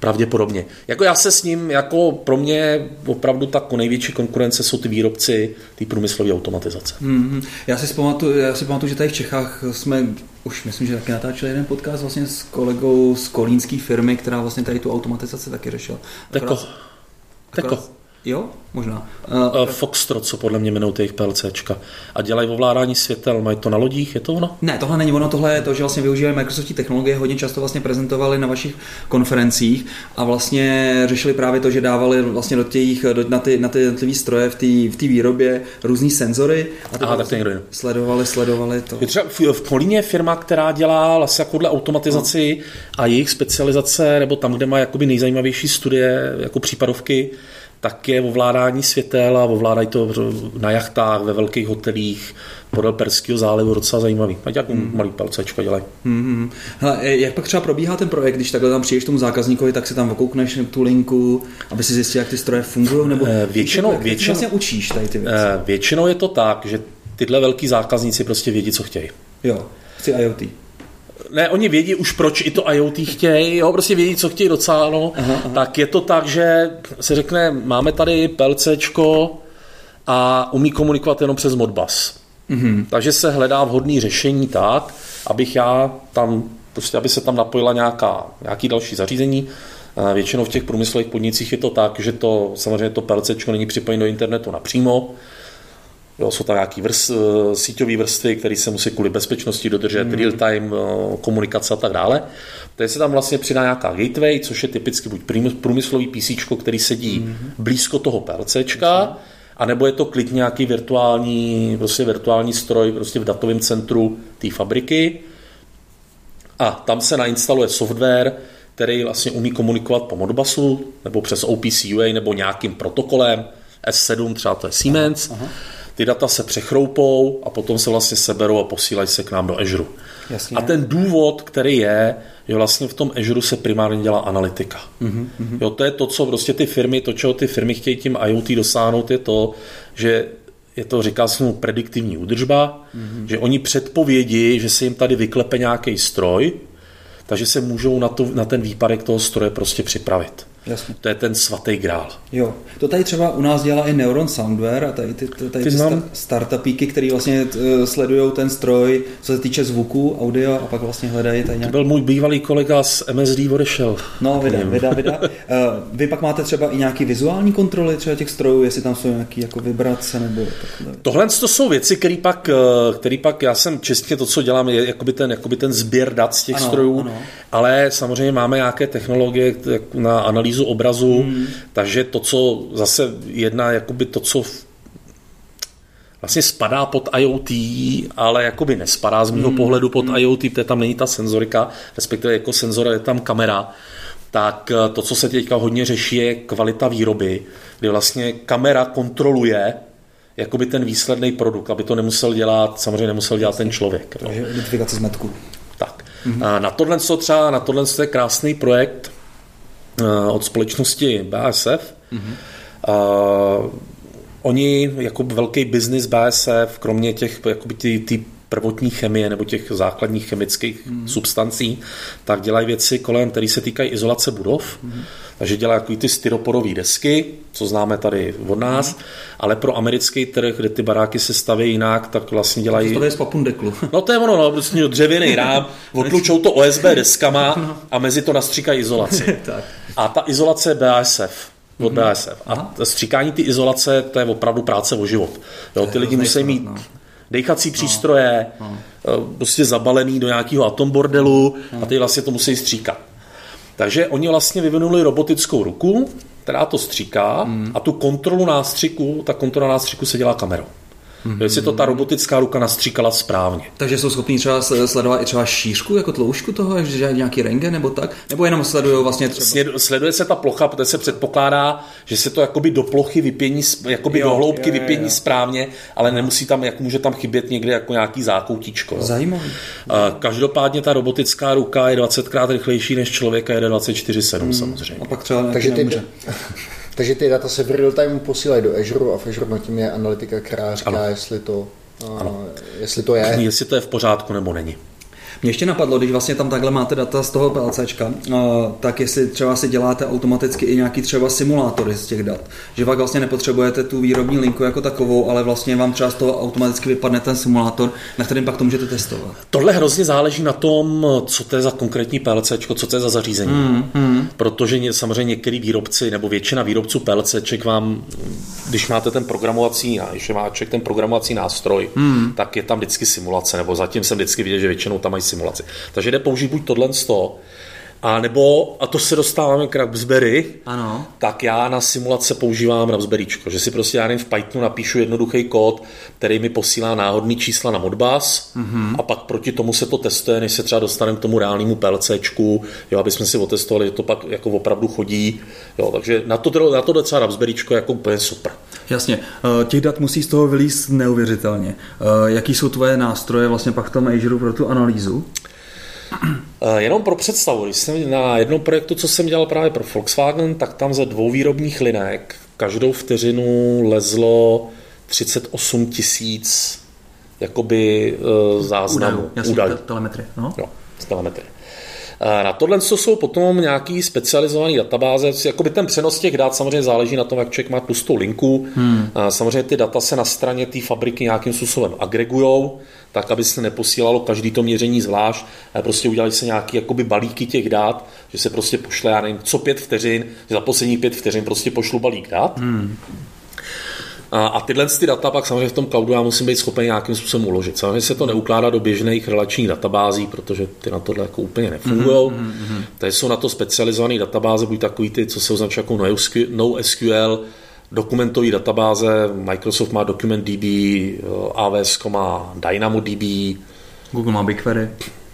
pravděpodobně. Jako já se s ním, jako pro mě opravdu ta největší konkurence jsou ty výrobci té průmyslové automatizace. Mm-hmm. Já si pamatuju, já si pamatuju, že tady v Čechách jsme už myslím, že taky natáčeli jeden podcast vlastně s kolegou z kolínské firmy, která vlastně tady tu automatizaci taky řešila. Teko. Teko. Jo, možná. Uh, Foxtrot, co podle mě jmenou těch PLCčka. A dělají ovládání světel, mají to na lodích, je to ono? Ne, tohle není ono, tohle je to, že vlastně využívají Microsoftí technologie, hodně často vlastně prezentovali na vašich konferencích a vlastně řešili právě to, že dávali vlastně do těch, do, na ty, na ty jednotlivé stroje v té v té výrobě různý senzory a to Aha, vlastně tak sledovali, sledovali to. Je třeba v, v Kolíně je firma, která dělá vlastně jakohle automatizaci no. a jejich specializace, nebo tam, kde má jakoby nejzajímavější studie, jako případovky, tak je ovládání světel a ovládají to na jachtách, ve velkých hotelích, podél Perského zálivu, docela zajímavý. Ať jako hmm. malý palcečka dělají. Hmm. Hele, jak pak třeba probíhá ten projekt, když takhle tam přijdeš tomu zákazníkovi, tak si tam okoukneš tu linku, aby si zjistil, jak ty stroje fungují, nebo většinou, jak většinou, vlastně učíš tady ty věci? Většinou je to tak, že tyhle velký zákazníci prostě vědí, co chtějí. Jo, chci IoT. Ne, oni vědí už, proč i to IoT chtějí, jo, prostě vědí, co chtějí docela, no. Aha, aha. Tak je to tak, že se řekne, máme tady PLCčko a umí komunikovat jenom přes Modbus. Mm-hmm. Takže se hledá vhodné řešení tak, abych já tam, prostě aby se tam napojila nějaká, nějaký další zařízení. Většinou v těch průmyslových podnicích je to tak, že to samozřejmě to PLCčko není připojeno do internetu napřímo. Jo, jsou tam nějaké vrst, síťové vrstvy, které se musí kvůli bezpečnosti dodržet, mm. real-time komunikace a tak dále. Takže se tam vlastně přidá nějaká gateway, což je typicky buď průmyslový PCčko, který sedí mm. blízko toho PLCčka, anebo je to klid nějaký virtuální, prostě virtuální stroj prostě v datovém centru té fabriky. A tam se nainstaluje software, který vlastně umí komunikovat po Modbusu, nebo přes O P C U A, nebo nějakým protokolem, S sedm, třeba to je Siemens. Aha, aha. Ty data se přechroupou a potom se vlastně seberou a posílají se k nám do Azure. Jasně. A ten důvod, který je, že vlastně v tom Azure se primárně dělá analytika. Mm-hmm. Jo, to je to, co prostě ty firmy, to, čeho ty firmy chtějí tím IoT dosáhnout, je to, že je to, říká se mu, prediktivní údržba, mm-hmm. že oni předpovědí, že se jim tady vyklepe nějaký stroj, takže se můžou na, to, na ten výpadek toho stroje prostě připravit. Jasně. To je ten svatý grál. Jo, to tady třeba u nás dělá i Neuron Soundware a tady ty, tady ty, ty znám... startupíky, který vlastně sledují ten stroj, co se týče zvuku, audio a pak vlastně hledají tady nějaký... To byl můj bývalý kolega z M S D, odešel. No, vida, vida, vida. Uh, vy pak máte třeba i nějaký vizuální kontroly třeba těch strojů, jestli tam jsou nějaký jako vibrace nebo takhle. Tohle to jsou věci, který pak, který pak, já jsem čistě to, co dělám, je jakoby ten, jakoby ten sběr dat z těch ano, strojů, ano. Ale samozřejmě máme nějaké technologie na analýzu obrazu, hmm. takže to, co zase jedna, jakoby to, co vlastně spadá pod IoT, ale jakoby nespadá z mého hmm. pohledu pod hmm. IoT, protože tam není ta senzorika, respektive jako senzor je tam kamera, tak to, co se teďka hodně řeší, je kvalita výroby, kdy vlastně kamera kontroluje jakoby ten výsledný produkt, aby to nemusel dělat, samozřejmě nemusel dělat ten člověk. Takže identifikace zmetku. Tak. Mm-hmm. Na tohle třeba, na tohle je krásný projekt od společnosti B A S F. Mm-hmm. Uh, oni jako velký biznis B A S F, kromě těch jakoby ty, ty prvotní chemie nebo těch základních chemických mm-hmm. substancí, tak dělají věci kolem, které se týkají izolace budov. Mm-hmm. Takže dělají jako ty styroporové desky, co známe tady od nás, mm. ale pro americký trh, kde ty baráky se staví jinak, tak vlastně dělají... To je z papundeklu. No to je ono, no, prostě dřevěný rám, odlučou to O S B deskama a mezi to nastříkají izolaci. A ta izolace je B A S F. Od mm. B A S F. A Aha. stříkání ty izolace, to je opravdu práce o život. Jo, ty lidi musí mít no. dechací přístroje, no. No. prostě zabalený do nějakého atombordelu no. a ty vlastně to musí stříkat. Takže oni vlastně vyvinuli robotickou ruku, která to stříká mm. a tu kontrolu nástřiku, ta kontrola nástřiku se dělá kamerou. Mm-hmm. Jestli to ta robotická ruka nastříkala správně. Takže jsou schopní třeba sledovat i třeba šířku, jako tloušku toho, že dělají nějaký rentgen nebo tak? Nebo jenom sledují vlastně třeba... Sleduje se ta plocha, protože se předpokládá, že se to jakoby do plochy vypění, jakoby jo, do hloubky jo, jo, vypění jo. správně, ale nemusí tam, jak může tam chybět někde jako nějaký zákoutíčko. Zajímavý. Každopádně ta robotická ruka je dvacetkrát rychlejší než člověk a jede dvacet čtyři sedm hmm. samozřejmě. A pak třeba Takže ty, takže ty data se v real time posílají do Azure a v Azure nad tím je analytika, která říká, ano. jestli to, uh, jestli to je. Jestli to je v pořádku nebo není. Mě ještě napadlo, když vlastně tam takhle máte data z toho PLCčka, tak jestli třeba si děláte automaticky i nějaký třeba simulátory z těch dat, že pak vlastně nepotřebujete tu výrobní linku jako takovou, ale vlastně vám třeba z toho automaticky vypadne ten simulátor, na kterým pak to můžete testovat. Tohle hrozně záleží na tom, co to je za konkrétní PLCčko, co to je za zařízení. Hmm, hmm. Protože samozřejmě některý výrobci nebo většina výrobců PLCček vám, když máte ten programovací, když má člověk ten programovací nástroj, hmm. tak je tam vždycky simulace, nebo zatím jsem vždycky viděl, že většinou tam mají simulaci. Takže jde použít buď tohle sto, a nebo, a to se dostáváme k Raspberry, ano. Tak já na simulace používám Raspberryčko, že si prostě já nevím, v Pythonu napíšu jednoduchý kód, který mi posílá náhodný čísla na Modbus mm-hmm. a pak proti tomu se to testuje, než se třeba dostaneme k tomu reálnému PLCčku, jo, aby jsme si otestovali, že to pak jako opravdu chodí. Jo, takže na to, na to docela Raspberryčko je jako úplně super. Jasně, těch dat musí z toho vylízt neuvěřitelně. Jaký jsou tvoje nástroje vlastně pak v tom Azure pro tu analýzu? Jenom pro představu, když jsem na jednom projektu, co jsem dělal právě pro Volkswagen, tak tam ze dvou výrobních linek každou vteřinu lezlo třicet osm tisíc jakoby záznamů. Údajů, telemetrie. No? Jo, z telemetrie. Na tohle jsou potom nějaký specializované databáze, jakoby ten přenos těch dat samozřejmě záleží na tom, jak člověk má tlustou linku. Hmm. Samozřejmě ty data se na straně té fabriky nějakým způsobem agregujou, tak, aby se neposílalo každý to měření zvlášť, ale prostě udělají se nějaký jakoby balíky těch dat, že se prostě pošle, já nevím, co pět vteřin, že za poslední pět vteřin prostě pošlu balík dat. Hmm. A, a tyhle ty data pak samozřejmě v tom cloudu já musím být schopen nějakým způsobem uložit. Samozřejmě se to neukládá do běžných relačních databází, protože ty na tohle jako úplně nefungují. Mm-hmm. Takže jsou na to specializované databáze, buď takový ty, co se označují jako NoSQL, dokumentové databáze, Microsoft má DocumentDB, A W S má DynamoDB, Google má BigQuery.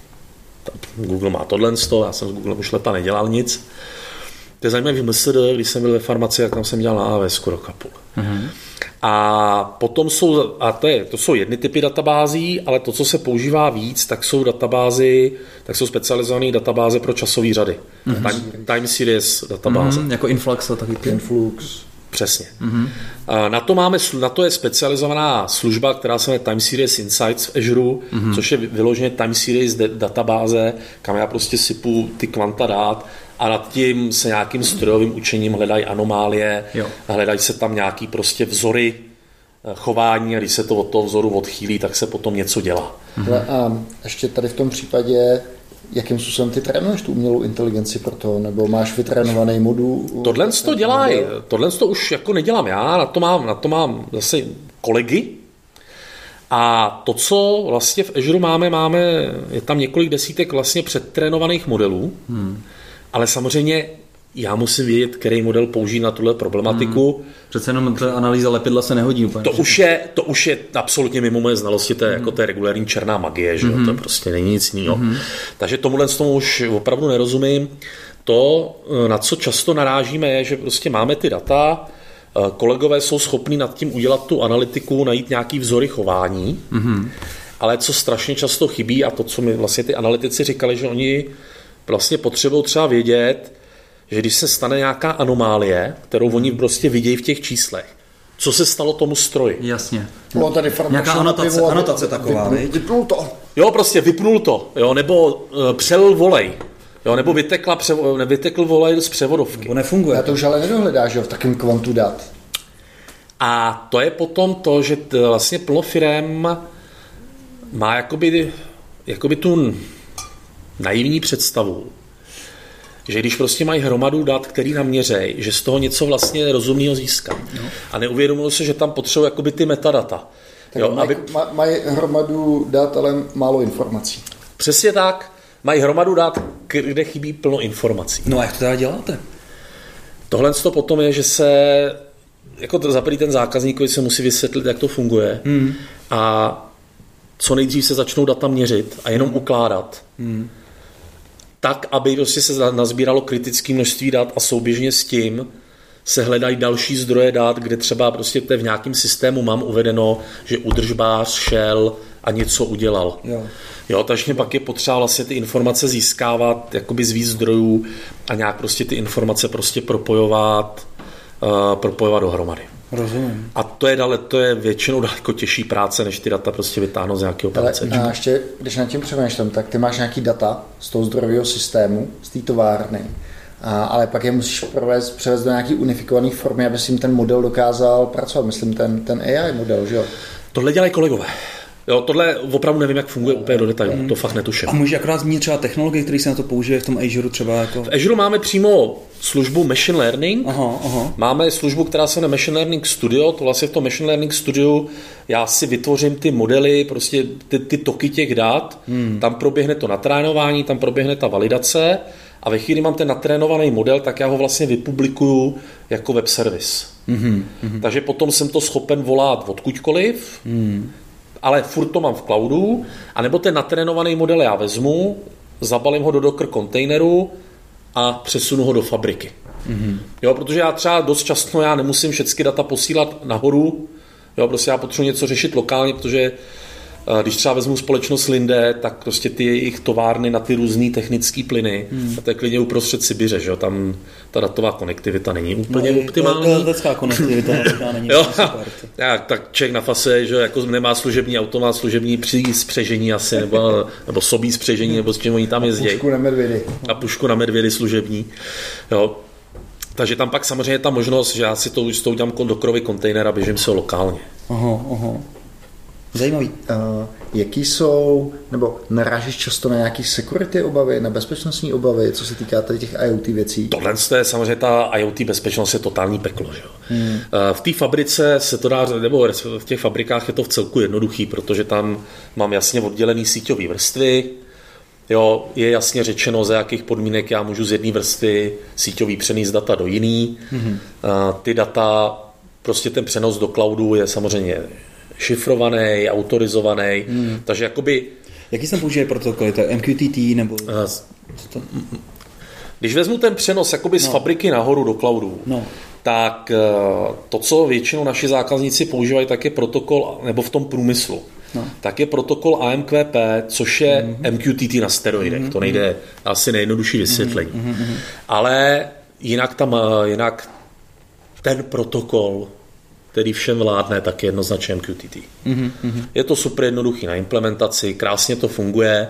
Google má tohle, já jsem s Googlem už leta nedělal nic. To je zajímavé v M S D, když jsem byl ve farmaci, jak tam jsem dělal na A W S rok a půl. Mm-hmm. A potom jsou, a to, je, to jsou jedny typy databází, ale to, co se používá víc, tak jsou databázy, tak jsou specializované databáze pro časové řady. Mm-hmm. Time, time series databáze. Mm-hmm, jako Influx a taky ty. Influx. Přesně. Mm-hmm. Na to máme, na to je specializovaná služba, která se jmenuje Time Series Insights v Azure, mm-hmm. což je vyloženě Time Series databáze, kam já prostě sypu ty kvanta dát a nad tím se nějakým strojovým učením hledají anomálie, jo. hledají se tam nějaký prostě vzory chování a když se to od toho vzoru odchýlí, tak se potom něco dělá. Mm-hmm. A ještě tady v tom případě, jakým způsobem ty trénuješ tu umělou inteligenci pro to, nebo máš vytrénovaný modul? Tohle to dělají, tohle to už jako nedělám já, na to mám, na to mám zase kolegy. A to, co vlastně v Azure máme, máme, je tam několik desítek vlastně předtrénovaných modelů, hmm. ale samozřejmě já musím vědět, který model použít na tuhle problematiku. Hmm. Přece jenom ta analýza lepidla se nehodí úplně. To už, je, to už je absolutně mimo moje znalosti, to je hmm. jako to je regulární černá magie, že? Hmm. To prostě není nic jiného. Hmm. Takže tomuhle z tomu už opravdu nerozumím. To, na co často narážíme, je, že prostě máme ty data, kolegové jsou schopni nad tím udělat tu analytiku, najít nějaký vzory chování, hmm. ale co strašně často chybí, a to, co mi vlastně ty analytici říkali, že oni vlastně potřebují třeba vědět, že když se stane nějaká anomálie, kterou oni prostě vidějí v těch číslech, co se stalo tomu stroji. Jasně. Bylo tady nějaká anotace, anotace taková, vypnul, vypnul to. Jo, prostě vypnul to, jo, nebo uh, přelil volej, jo, nebo vytekla převo, vytekl volej z převodovky. Nebo nefunguje. Já to už ale nedohledáš, jo, v takém kvantu dat. A to je potom to, že t, vlastně plno firem má jakoby, jakoby tu naivní představu, že když prostě mají hromadu dat, který naměřejí, že z toho něco vlastně rozumného získá. No. A neuvědomují se, že tam potřebují jakoby ty metadata. Tak jo, mají, aby... mají hromadu dat, ale málo informací. Přesně tak. Mají hromadu dat, kde chybí plno informací. No a jak to teda děláte? Tohle to potom je, že se jako za první ten zákazníkovi se musí vysvětlit, jak to funguje. Hmm. A co nejdřív se začnou data měřit a jenom hmm. ukládat. Hmm. Tak, aby prostě se nazbíralo kritické množství dat a souběžně s tím se hledají další zdroje dat, kde třeba prostě v nějakém systému mám uvedeno, že údržbář šel a něco udělal. Jo. Jo, takže pak je potřeba vlastně ty informace získávat jakoby z víc zdrojů a nějak prostě ty informace prostě propojovat, uh, propojovat dohromady. Rozumím. A to je, dale, to je většinou daleko těžší práce, než ty data prostě vytáhnout z nějakého práce. A ještě, když nad tím přemýšlím, tak ty máš nějaký data z toho zdrojového systému, z té továrny, a, ale pak je musíš provést, převést do nějaký unifikované formy, aby si jim ten model dokázal pracovat. Myslím, ten, ten A I model, že jo? Tohle dělají kolegové. Jo, tohle opravdu nevím, jak funguje úplně do detailu, mm. to fakt netuším. A můžeš akorát zmínit třeba technologie, které se na to použije v tom Azure třeba jako... V Azure máme přímo službu Machine Learning. Aha, aha. Máme službu, která se jmenuje Machine Learning Studio. To vlastně v tom Machine Learning Studio já si vytvořím ty modely, prostě ty, ty toky těch dat, hmm. tam proběhne to natrénování, tam proběhne ta validace a ve chvíli mám ten natrénovaný model, tak já ho vlastně vypublikuju jako web service. Mm-hmm. Takže potom jsem to schopen volat odkudkoliv, mm. ale furt to mám v cloudu, anebo ten natrénovaný model já vezmu, zabalím ho do Docker kontejneru a přesunu ho do fabriky. Mm-hmm. Jo, protože já třeba dost často já nemusím všechny data posílat nahoru, jo, prostě já potřebuji něco řešit lokálně, protože když třeba vezmu společnost Linde, tak prostě ty jejich továrny na ty různý technické plyny, hmm. a to je klidně uprostřed Sibiře, že jo, tam ta datová konektivita není úplně no, optimální. To je letecká konektivita není jo, tak, tak člověk na fase, že jako nemá služební auto, má služební při spřežení asi, nebo, nebo sobí spřežení, nebo s čím oni tam jezdí. A pušku na medvědy. A pušku na medvědy služební, jo. Takže tam pak samozřejmě je ta možnost, že já si to už to udělám do Dockerovy kontejner a běžím se lokálně. Aha, aha. Zajímavý. Uh, jaký jsou, nebo narážíš často na nějaký security obavy, na bezpečnostní obavy, co se týká tady těch IoT věcí? Tohle je samozřejmě ta IoT bezpečnost je totální peklo. Že? Hmm. Uh, v té fabrice se to dá, nebo v těch fabrikách je to v celku jednoduchý, protože tam mám jasně oddělený síťové vrstvy, jo, je jasně řečeno, za jakých podmínek já můžu z jedné vrstvy síťový přenést data do jiný. Hmm. Uh, ty data, prostě ten přenos do cloudu je samozřejmě šifrovaný, autorizovaný, hmm. takže jakoby... Jaký se tam použije protokoly? To je M Q T T nebo... Uh, když vezmu ten přenos jakoby z no. fabriky nahoru do cloudu, no. tak uh, to, co většinou naši zákazníci používají, tak je protokol, nebo v tom průmyslu, no. tak je protokol A M Q P, což je mm-hmm. M Q T T na steroidech. Mm-hmm. To nejde asi nejjednodušší vysvětlení. Mm-hmm. Ale jinak tam, jinak ten protokol, který všem vládne, tak je jednoznačně M Q T T. Mm-hmm. Je to super jednoduchý na implementaci, krásně to funguje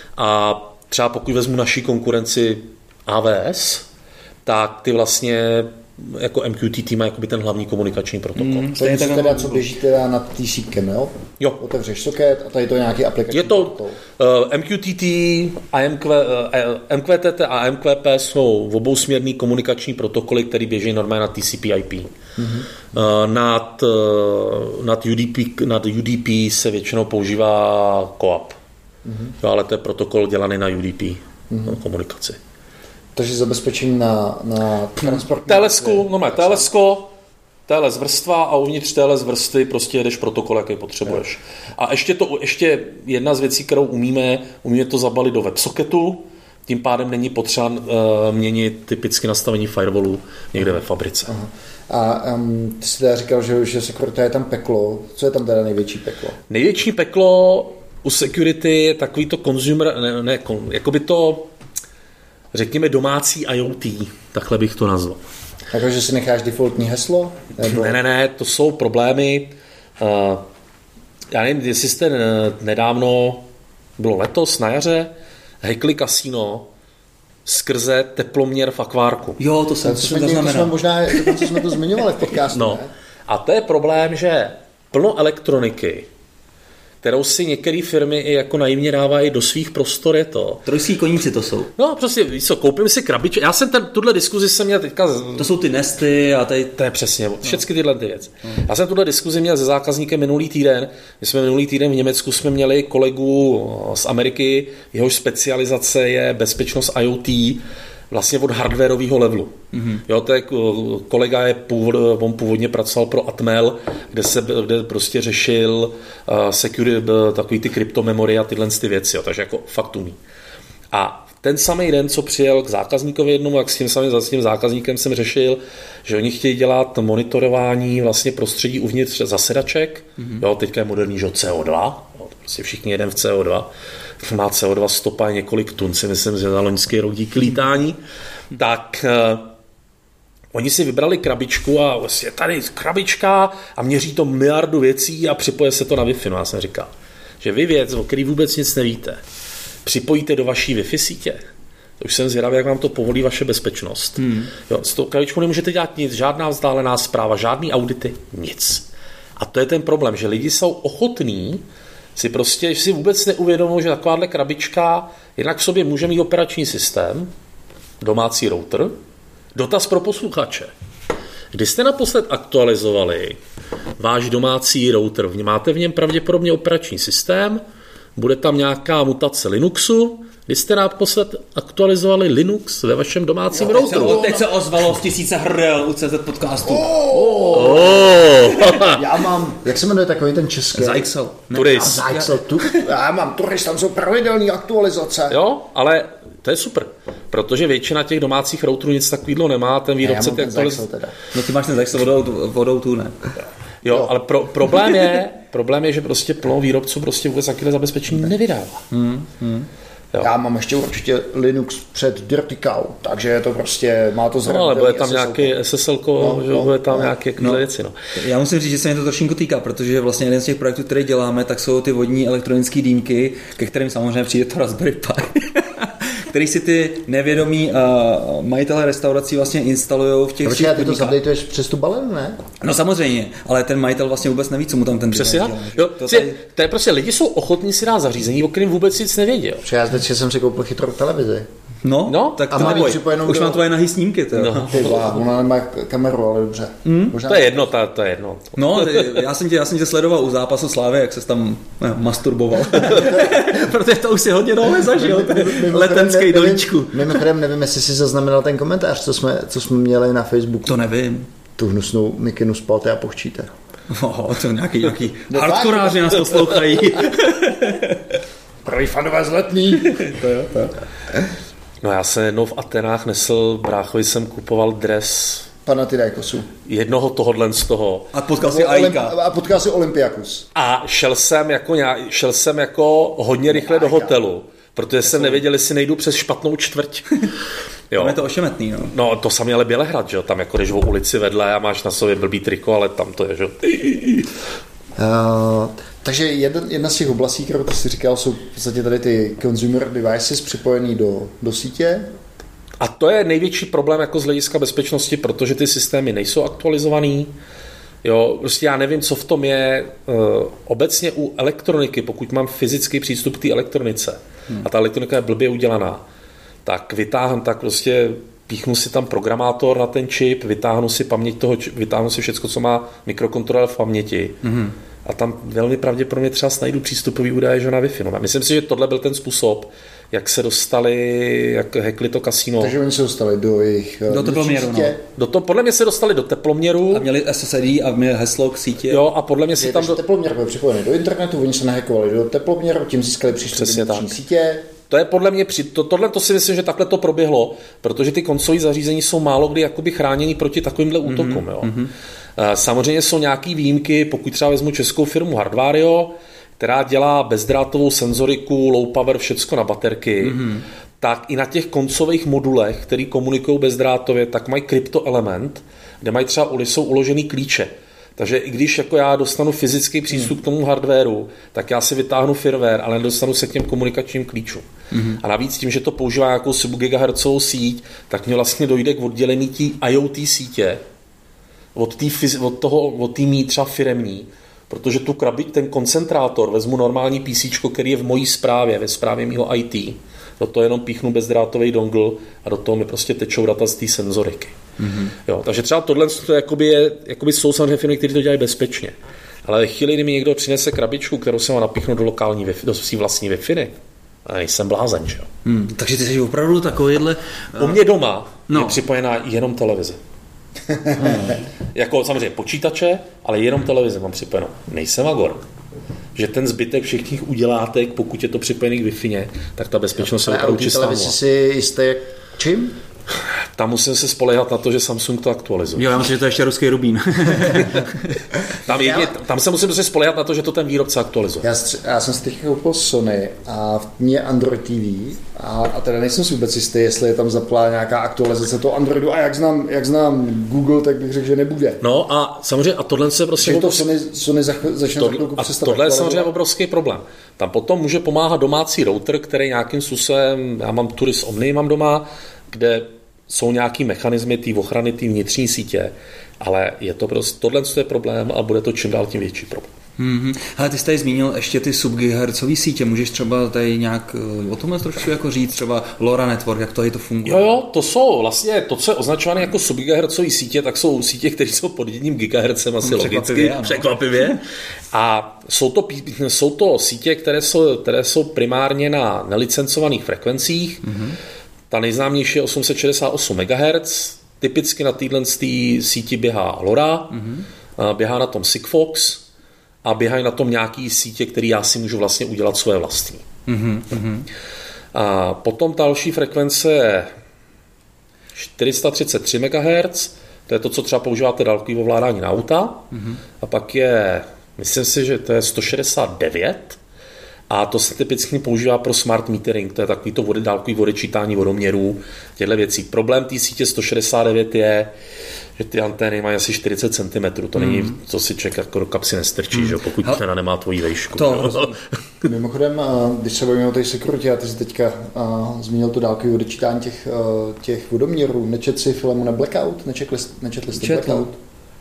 a třeba pokud vezmu naší konkurenci A W S, tak ty vlastně jako M Q T T má jakoby ten hlavní komunikační protokol. Mm, to je něco teda, co běží teda nad TCPkem, jo? Jo. Otevřeš socket a tady to je nějaký aplikační je to protokol. uh, M Q T T, M Q T T a M Q P jsou obousměrný komunikační protokoly, které běží normálně na T C P I P. Mm-hmm. Uh, nad, uh, nad, U D P, nad U D P se většinou používá C O A P. Mm-hmm. Jo, ale to je protokol dělaný na U D P, mm-hmm. komunikaci. Takže zabezpečení na, na transport. Telesku, no má telesko, T L S vrstva a uvnitř T L S vrstvy prostě jedeš protokol, jaký potřebuješ. A ještě, to, ještě jedna z věcí, kterou umíme, umíme to zabalit do WebSocketu, tím pádem není potřeba uh, měnit typicky nastavení firewallu někde ve fabrice. Aha. A um, ty jsi teda říkal, že, že security je tam peklo. Co je tam teda největší peklo? Největší peklo u security je takový to consumer, ne, ne, jakoby to řekněme domácí IoT, takhle bych to nazval. Takže si necháš defaultní heslo? Nebo... Ne, ne, ne, to jsou problémy. Uh, já nevím, jestli jste nedávno, bylo letos na jaře, hackli kasino skrze teploměr v akvárku. Jo, to jsem, to jsme, to jsme možná, dokonce jsme to zmiňovali v podcastu, no. Ne? A to je problém, že plno elektroniky, kterou si některé firmy i jako naivně dávají do svých prostor, je to. Trojský koníci to jsou. No, prostě, víš co, koupím si krabičky. Já jsem ten, tuhle diskuzi jsem měl teďka... To jsou ty nesty a tady... To je přesně, všechny tyhle ty věci. No. Já jsem tuhle diskuzi měl se zákazníkem minulý týden. My jsme minulý týden v Německu jsme měli kolegu z Ameriky, jehož specializace je bezpečnost IoT, vlastně od hardwareového levelu. Mm-hmm. Jo, to je kolega, je původ, on původně pracoval pro Atmel, kde se kde prostě řešil uh, security, takový ty kryptomemory a tyhle ty věci, jo, takže jako fakt umí. A ten samý den, co přijel k zákazníkovi jednomu, jak s tím samým s tím zákazníkem jsem řešil, že oni chtějí dělat monitorování vlastně prostředí uvnitř zasedaček, mm-hmm. jo, teďka je moderní, že C O dva, jo, prostě všichni jeden v C O dva, má C O dva stopa několik tun, si myslím, že za loňský rok díky lítání, tak Oni si vybrali krabičku a vlastně tady krabička a měří to miliardu věcí a připoje se to na Wi-Fi. No já jsem říkal, že vy věc, o který vůbec nic nevíte, připojíte do vaší Wi-Fi sítě. To už jsem zvědavý, jak vám to povolí vaše bezpečnost. Hmm. Jo, s tou krabičkou nemůžete dělat nic, žádná vzdálená zpráva, žádný audity, nic. A to je ten problém, že lidi jsou ochotní si prostě, že si vůbec neuvědomují, že takováhle krabička jednak v sobě může mít operační systém, domácí router. Dotaz pro posluchače. Kdy jste naposled aktualizovali váš domácí router? Máte v něm pravděpodobně operační systém, bude tam nějaká mutace Linuxu. Kdy jste naposled aktualizovali Linux ve vašem domácím jo, routeru? Teď se ozvalo z tisíce hrdel u C Z podcastu. Oh, oh. Já mám, jak se jmenuje takový ten český? Zyxel. Turist. Zyxel, tu, já mám Turist, tam jsou pravidelné aktualizace. Jo, ale to je super, protože většina těch domácích routerů nic takového nemá, ten výrobce ty aktualizace. No ty máš ten Zyxel vodou, vodou tu, ne? Jo, jo, ale pro, problém je, problém je, že prostě plno výrobců prostě vůbec takové zabezpečení nevydává. Hmm, hmm. Jo. Já mám ještě určitě Linux před Dirty Cow, takže je to prostě, má to zřejmě. No, ale bude tam nějaký S S L, no, že no, bude tam no, nějaké no. věci. No. Já musím říct, že se mě to trošku týká, protože vlastně jeden z těch projektů, které děláme, tak jsou ty vodní elektronické dýmky, ke kterým samozřejmě přijde to Raspberry Pi. který si ty nevědomí uh, majitelé restaurací vlastně instalujou v těch svých podnikách. Ty to updateuješ přes tu balenu, ne? No samozřejmě, ale ten majitel vlastně vůbec neví, co mu tam ten přesně dělá. Jo, to, tady... to je prostě, lidi jsou ochotní si dát zařízení, o kterém vůbec nic nevěděl. Já zde jsem si koupil chytrou televizi. No, no, tak a to už do... mám tvoje nahý snímky. To no. Ty vlá, ona nemá kameru, ale dobře. Hmm? Možná... To je jedno, to, to je jedno. No, já jsem, tě, já jsem tě sledoval u zápasu Slávy, jak ses tam ne, masturboval. Protože to už si hodně dlouho zažil, letenský dolíčku. Mimochodem nevím, jestli jsi zaznamenal ten komentář, co jsme, co jsme měli na Facebooku. To nevím. Tu hnusnou mikinu spalte a pochčíte. Oh, to nějaký, nějaký hardkoráři nás poslouchají. Prvý fanové z Letný. To jo, to jo. No já jsem jednou v Atenách nesl, bráchovi jsem kupoval dres Panathinaikosu. Jednoho tohodlen z toho. A potkal si Aika. A potkal si Olympiakos. A šel jsem jako, nějak, šel jsem jako hodně rychle do hotelu, protože jsem nevěděl, jestli nejdu přes špatnou čtvrť. Jo. Tam je to ošemetný, no. No to samé ale Bělehrad, že jo, tam jako jdeš o ulici vedle a máš na sobě blbý triko, ale tam to je, že jo. Uh, takže jedna, jedna z těch oblastí, kterou ty jsi říkal, jsou v podstatě tady ty consumer devices připojený do, do sítě. A to je největší problém jako z hlediska bezpečnosti, protože ty systémy nejsou aktualizovaný. Jo, prostě já nevím, co v tom je uh, obecně u elektroniky, pokud mám fyzický přístup k té elektronice hmm. a ta elektronika je blbě udělaná, tak vytáhnu, tak prostě píchnu si tam programátor na ten čip, vytáhnu si paměť toho, vytáhnu si všecko, co má mikrokontroler v paměti hmm. a tam velmi pravděpodobně třeba najdu přístupový údaje, že na Wi-Fi. No, myslím si, že tohle byl ten způsob, jak se dostali, jak hackli to kasino. Takže oni se dostali do jejich do teploměru, no. Do to, podle mě se dostali do teploměru. A měli S S D a měli heslo k sítě. Jo, a podle mě si je, tam... Do... Teploměr byl připojený do internetu, oni se nahackovali do teploměru, tím získali přístup do vnitřní sítě. To je podle mě, při... to, tohle to si myslím, že takhle to proběhlo, protože ty konsolové zařízení jsou málo kdy jakoby chráněný proti takovýmhle mm-hmm. útokům. Jo. Mm-hmm. Samozřejmě jsou nějaký výjimky, pokud třeba vezmu českou firmu Hardwario, která dělá bezdrátovou senzoriku, low power, všecko na baterky, mm-hmm. tak i na těch koncových modulech, který komunikují bezdrátově, tak mají kryptoelement, kde mají třeba jsou uložený klíče. Takže i když jako já dostanu fyzický přístup mm. k tomu hardwareu, tak já si vytáhnu firmware, ale nedostanu se k těm komunikačním klíčům. Mm-hmm. A navíc tím, že to používá nějakou subgigahertzovou síť, tak mě vlastně dojde k oddělení té I O T sítě od té od toho, od té mý třeba firemní, protože tu krabič, ten koncentrátor, vezmu normální PCčko, který je v mojí správě, ve správě mýho I T, do toho jenom píchnu bezdrátový dongle a do toho mi prostě tečou data z té senzoriky. Mm-hmm. Jo, takže třeba tohle to jakoby je, jakoby jsou samozřejmě firmy, které to dělají bezpečně. Ale ve chvíli, kdy mi někdo přinese krabičku, kterou se má napíchnout do lokální, do svý vlastní Wi-Fi, a nejsem blázen, že jo. Hmm, takže ty jsi opravdu takovýhle... U mě doma no. je připojená jenom televize. Hmm. Jako samozřejmě počítače, ale jenom televize mám připojenou. Nejsem agor. Že ten zbytek všech těch udělátek, pokud je to připojený k Wi-Fi, tak ta bezpečnost se opravdu čistá. televizi si jistý čím? tam musím se spoléhat na to, že Samsung to aktualizuje. Jo, já myslím, že to je ještě ruský rubín. tam, jedně, tam se musím se spoléhat na to, že to ten výrobce aktualizuje. Já, stři- já jsem si teď koupil Sony a v mě Android T V a, a teda nejsem si vůbec jistý, jestli je tam zaplá nějaká aktualizace toho Androidu a jak znám, jak znám Google, tak bych řekl, že nebude. No a samozřejmě, a tohle se prostě... Takže to Sony, Sony za, začne to, za chvilku a přestavit. tohle je samozřejmě obrovský problém. Tam potom může pomáhat domácí router, který nějakým způsobem, já mám Turis Omni, mám doma, kde jsou nějaký mechanismy té ochrany té vnitřní sítě, ale je to prostě, tohle je problém a bude to čím dál tím větší problém. Mm-hmm. Ale ty jsi tady zmínil ještě ty subgigahertzové sítě, můžeš třeba tady nějak o tomhle trošku jako říct, třeba LoRa Network, jak to tady to funguje? Jo, jo, to jsou vlastně, to, co je označované jako subgigahertzové sítě, tak jsou sítě, které jsou pod jedním gigahertzem asi no, logicky, překvapivě. A jsou to, jsou to sítě, které jsou, které jsou primárně na nelicencovaných frekvencích. Mm-hmm. Ta nejznámější je osm set šedesát osm megahertzů, typicky na téhle síti běhá LoRa, mm-hmm. běhá na tom Sigfox a běhají na tom nějaký sítě, které já si můžu vlastně udělat svoje vlastní. Mm-hmm. A potom další frekvence je čtyři sta třicet tři megahertzů, to je to, co třeba používáte dálkový ovládání na auta. Mm-hmm. A pak je, myslím si, že to je sto šedesát devět, a to se typicky používá pro smart metering, to je takový to vody, dálkový vodečítání vodoměrů, těchto věcí. Problém té sítě sto šedesát devět je, že ty antény mají asi čtyřicet centimetrů, to není, mm. co si člověk jako do kapsy nestrčí, mm. že, pokud teda nemá tvoji vejšku. To, mimochodem, když se bavíme o té security, a ty jsi teďka a, zmínil to dálkový odečítání těch, těch vodoměrů, nečet si Filemone Blackout, nečetli, nečetli jste Blackout?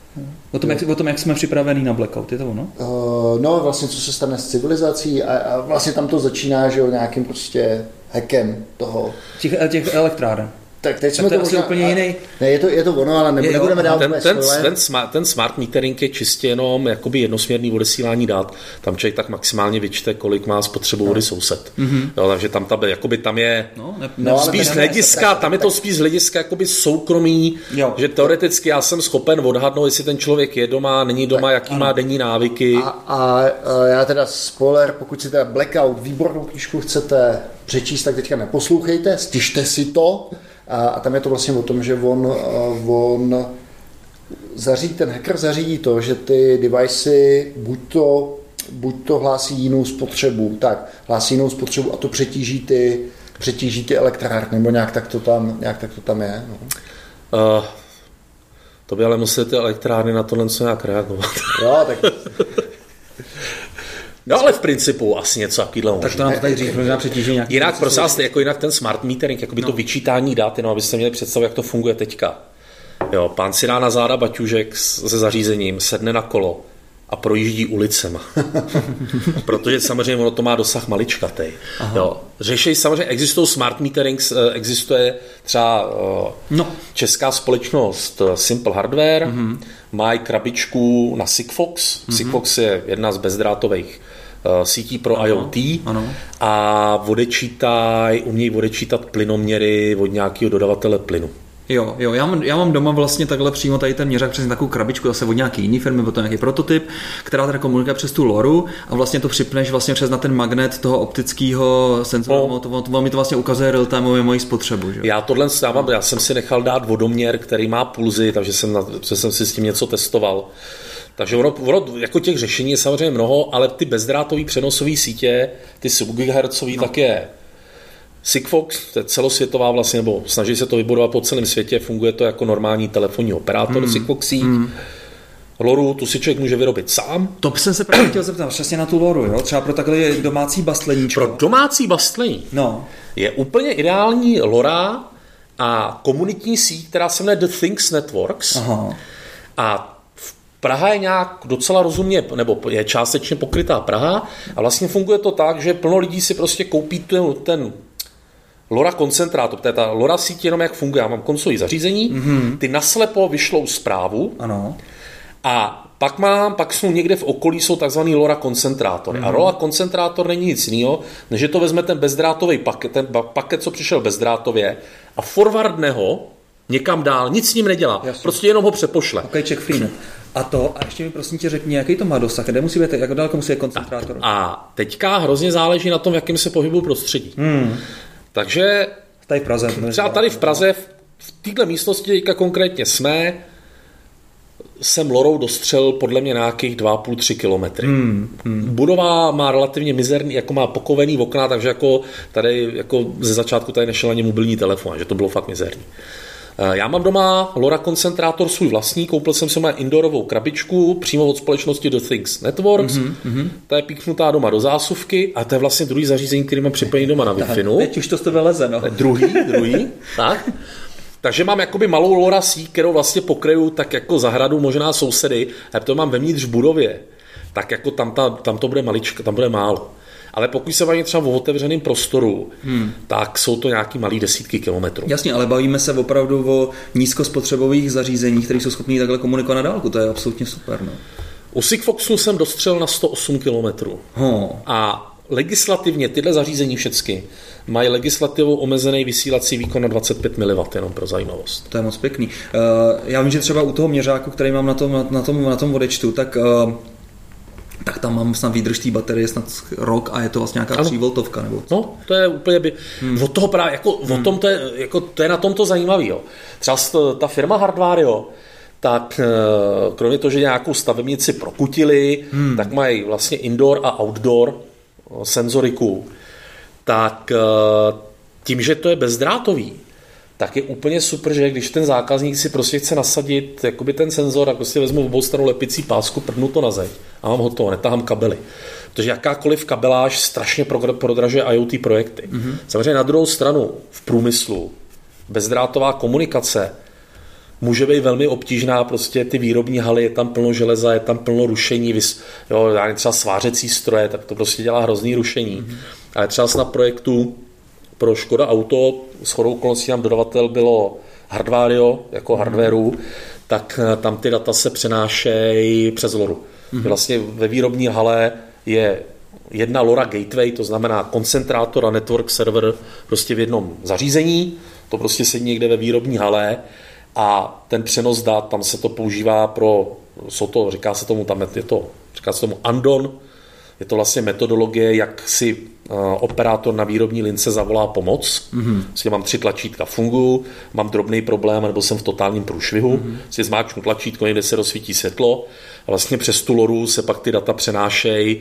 O tom, jak, o tom, jak jsme připravení na Blackout, je to ono? Uh, no, vlastně, co se stane s civilizací a, a vlastně tam to začíná, že jo, nějakým prostě hackem toho. Těch, těch elektráren. Tak teď tak jsme to, to možná, úplně jiný. Ne, je to, je to ono, ale nebude, nebudeme dát ten, ten, ten, smart, ten smart metering je čistě jenom jakoby jednosměrný odesílání dat. Tam člověk tak maximálně vyčte, kolik má spotřebu vody no. soused. Mm-hmm. Jo, takže tam, tam, jakoby, tam je no, ne, no, spíš z hlediska, tam je to spíš z hlediska jakoby soukromí, jo. že teoreticky já jsem schopen odhadnout, jestli ten člověk je doma, není doma, tak, jaký ano. má denní návyky. A, a, a já teda spoiler, pokud si teda Blackout, výbornou knížku chcete přečíst, tak teďka neposlouchejte, stižte si to. A tam je to vlastně o tom, že on, on zařídí, ten hacker zařídí to, že ty devicey buď to, buď to hlásí jinou spotřebu, tak hlásí jinou spotřebu a to přetíží ty, přetíží ty elektrárny, nebo nějak tak to tam, nějak tak to tam je. No. Uh, to by ale museli ty elektrárny na tohle co nějak reagovat. Jo, tak... No ale v principu asi něco takového. Tak to nám to tady říct, možná přetíží nějaký... Jinak, prosím vás, jako jinak ten smart metering, jakoby no. to vyčítání dat, jenom abyste měli představu, jak to funguje teďka. Jo, pán si dá na záda baťužek se zařízením, sedne na kolo a projíždí ulicema. Protože samozřejmě ono to má dosah maličkatej. Jo. Řešej samozřejmě, existují smart metering, existuje třeba no. česká společnost Simple Hardware, mm-hmm. mají krabičku na Sigfox. Mm-hmm. Sigfox je jedna z bezdrátových sítí pro ano, IoT ano. a odečítaj, umějí odečítat plynoměry od nějakého dodavatele plynu. Jo, jo, já mám, já mám doma vlastně takhle přímo tady ten měřák přes takovou krabičku zase od nějaké jiné firmy, byl to nějaký prototyp, která teda komunikuje přes tu LoRu a vlastně to připneš vlastně přes na ten magnet toho optického senzoru, no. to, to mi to vlastně ukazuje real-timeově moji spotřebu. Že? Já tohle stávám, já jsem si nechal dát vodoměr, který má pulzy, takže jsem, na, jsem si s tím něco testoval. Takže ono, ono, jako těch řešení je samozřejmě mnoho, ale ty bezdrátové přenosové sítě, ty subgigahertzové, no. tak je Sigfox, to je celosvětová vlastně, nebo snaží se to vybudovat po celém světě, funguje to jako normální telefonní operátor hmm. Sigfoxí. Hmm. LoRu, tu si člověk může vyrobit sám. To jsem se právě chtěl zeptat, přesně na tu LoRu, jo? Třeba pro takhle domácí bastleníčko. Pro domácí bastlení no. je úplně ideální LoRa a komunitní síť, která se jmenuje The Things Networks. Aha. A Praha je nějak docela rozumně, nebo je částečně pokrytá Praha a vlastně funguje to tak, že plno lidí si prostě koupí ten, ten LoRa koncentrátor, to je ta LoRa síť jenom jak funguje. Já mám konsolí zařízení, mm-hmm. ty naslepo vyšlou zprávu ano. a pak mám, pak jsou někde v okolí jsou takzvaný LoRa koncentrátory. Mm-hmm. A LoRa koncentrátor není nic jiného, než že to vezme ten bezdrátový paket, ten paket, co přišel bezdrátově a forwardne ho někam dál, nic s ním nedělá, Jasně. prostě jenom ho přepošle. Ok, check freenet. A to, a ještě mi prosím tě řekni, jaký to má dosah, kde musí být, jak daleko musí být koncentrátor? A teďka hrozně záleží na tom, jakým se pohybují prostředí. Hmm. Takže tady v Praze. Třeba tady v Praze v této místnosti teďka konkrétně jsme, jsem lorou dostřelil podle mě nějakých dva a půl tři kilometry. Hmm, hmm. Budova má relativně mizerný, jako má pokovený okna, takže jako tady jako ze začátku tady nešel ani mobilní telefon, že to bylo fakt mizerný. Já mám doma LoRa koncentrátor svůj vlastní, koupil jsem si moje indoorovou krabičku přímo od společnosti The Things Networks, mm-hmm. ta je píknutá doma do zásuvky a to je vlastně druhý zařízení, který mám připojený doma na Wi-Fi. Teď už to z tebe leze, no. Druhý, druhý, tak. Takže mám jakoby malou LoRa síť, kterou vlastně pokryju tak jako zahradu, možná sousedy, a to mám vevnitř v budově, tak jako tam, ta, tam to bude maličko, tam bude málo. Ale pokud se bavíme třeba o otevřeném prostoru, hmm. tak jsou to nějaký malý desítky kilometrů. Jasně, ale bavíme se opravdu o nízkospotřebových zařízeních, které jsou schopné takhle komunikovat na dálku. To je absolutně super. No. U Sigfoxu jsem dostřelil na sto osm kilometrů. Oh. A legislativně tyhle zařízení všechny mají legislativou omezený vysílací výkon na dvacet pět miliwattů, jenom pro zajímavost. To je moc pěkný. Já vím, že třeba u toho měřáku, který mám na tom, na tom, na tom odečtu, tak... tak tam mám snad výdrž té baterie snad rok a je to vlastně nějaká tři voltovka. Nebo co? No, to je úplně by... Hmm. Od toho právě, jako, hmm. o tom to je, jako, to je na tom to zajímavý. Jo. Třeba ta firma Hardwario, tak kromě toho, že nějakou stavebnici prokutili, hmm. tak mají vlastně indoor a outdoor senzoriku. Tak tím, že to je bezdrátový, tak je úplně super, že když ten zákazník si prostě chce nasadit jakoby ten senzor a prostě vezmu v obou stranu lepicí pásku, prdnu to na zeď a mám hotovo, netahám kabely. Protože jakákoliv kabeláž strašně prodražuje IoT projekty. Mm-hmm. Samozřejmě na druhou stranu v průmyslu bezdrátová komunikace může být velmi obtížná, prostě ty výrobní haly, je tam plno železa, je tam plno rušení, jo, třeba svářecí stroje, tak to prostě dělá hrozný rušení. Mm-hmm. Ale třeba na projektu pro Škoda Auto, shodou okolností nám dodavatel bylo Hardwario, jako mm. hardwareu, tak tam ty data se přenášejí přes LoRu. Mm. Vlastně ve výrobní hale je jedna LoRa gateway, to znamená koncentrátor a network server prostě v jednom zařízení, to prostě sedí někde ve výrobní hale a ten přenos dat, tam se to používá pro, jsou to, říká se tomu, tam je to, říká se tomu Andon, je to vlastně metodologie, jak si uh, operátor na výrobní lince zavolá pomoc. Mm-hmm. Vlastně mám tři tlačítka, funguju, mám drobný problém, nebo jsem v totálním průšvihu, mm-hmm. si zmáčknu tlačítko, někde se rozsvítí světlo a vlastně přes tu LoRu se pak ty data přenášejí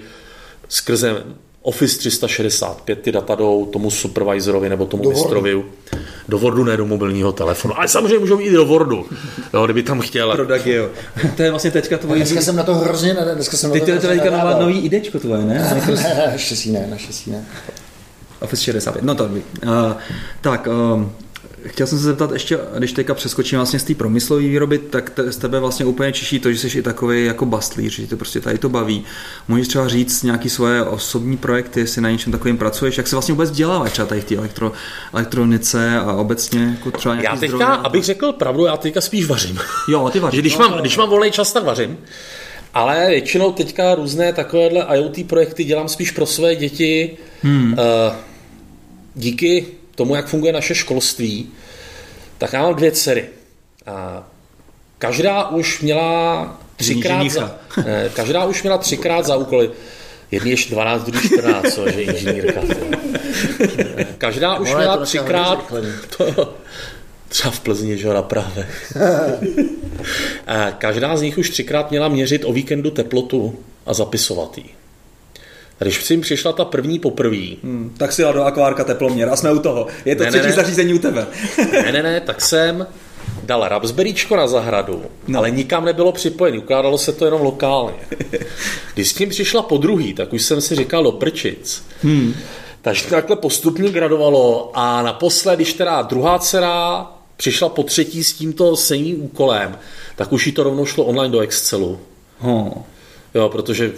skrze Office tři sta šedesát pět, ty data jdou tomu supervisorovi nebo tomu mistrovi. Do Wordu, ne do mobilního telefonu. Ale samozřejmě můžou jít do Wordu, jo, kdyby tam chtěl. Pro Dagio. To je vlastně teďka tvoje... Dneska jsem na to hrozně nadal. Dneska jsem Teď na to to je teďka nová, nový idečko tvoje, ne? Ne, naštěstí ne, naštěstí ne. Office šedesát pět, no to by. Uh, tak, um, chtěl jsem se zeptat ještě, když teďka přeskočím vlastně z té promyslové výroby, tak te, z tebe vlastně úplně čiší to, že jsi i takový jako bastlíř, že to prostě tady to baví. Můžeš třeba říct nějaký svoje osobní projekty, jestli na něčem takovým pracuješ, jak se vlastně vůbec děláváš třeba tady v té elektro, elektronice a obecně jako třeba nějaký Já teďka, zdroje, abych řekl pravdu, já teďka spíš vařím. Jo, ty vaříš. Když, no, mám, když mám volný čas, tak vařím. Ale většinou teďka různé takovéhle IoT projekty dělám spíš pro své děti. Hmm. Uh, díky tomu, jak funguje naše školství, tak já mám dvě dcery. A každá už měla třikrát za, ne, každá už měla třikrát za úkoly. Jedný ještě dvanáct, druhý čtrnáct, co, že inženýrka. Každá už měla třikrát, to, třeba v Plzni, že na Praze. Každá z nich už třikrát měla měřit o víkendu teplotu a zapisovat ji. Když si jim přišla ta první poprví. Hmm, tak si dal do akvárka teploměr a jsme u toho. Je to ne, třetí ne, zařízení u tebe. ne, ne, ne, tak jsem dal Raspberryčko na zahradu, no. ale nikam nebylo připojený, ukládalo se to jenom lokálně. Když s tím přišla po druhý, tak už jsem si říkal do prčic. Hmm. Takže takhle postupně gradovalo a naposled, když teda druhá dcera přišla po třetí s tímto stejným úkolem, tak už jí to rovnou šlo online do Excelu. Oh. Jo, protože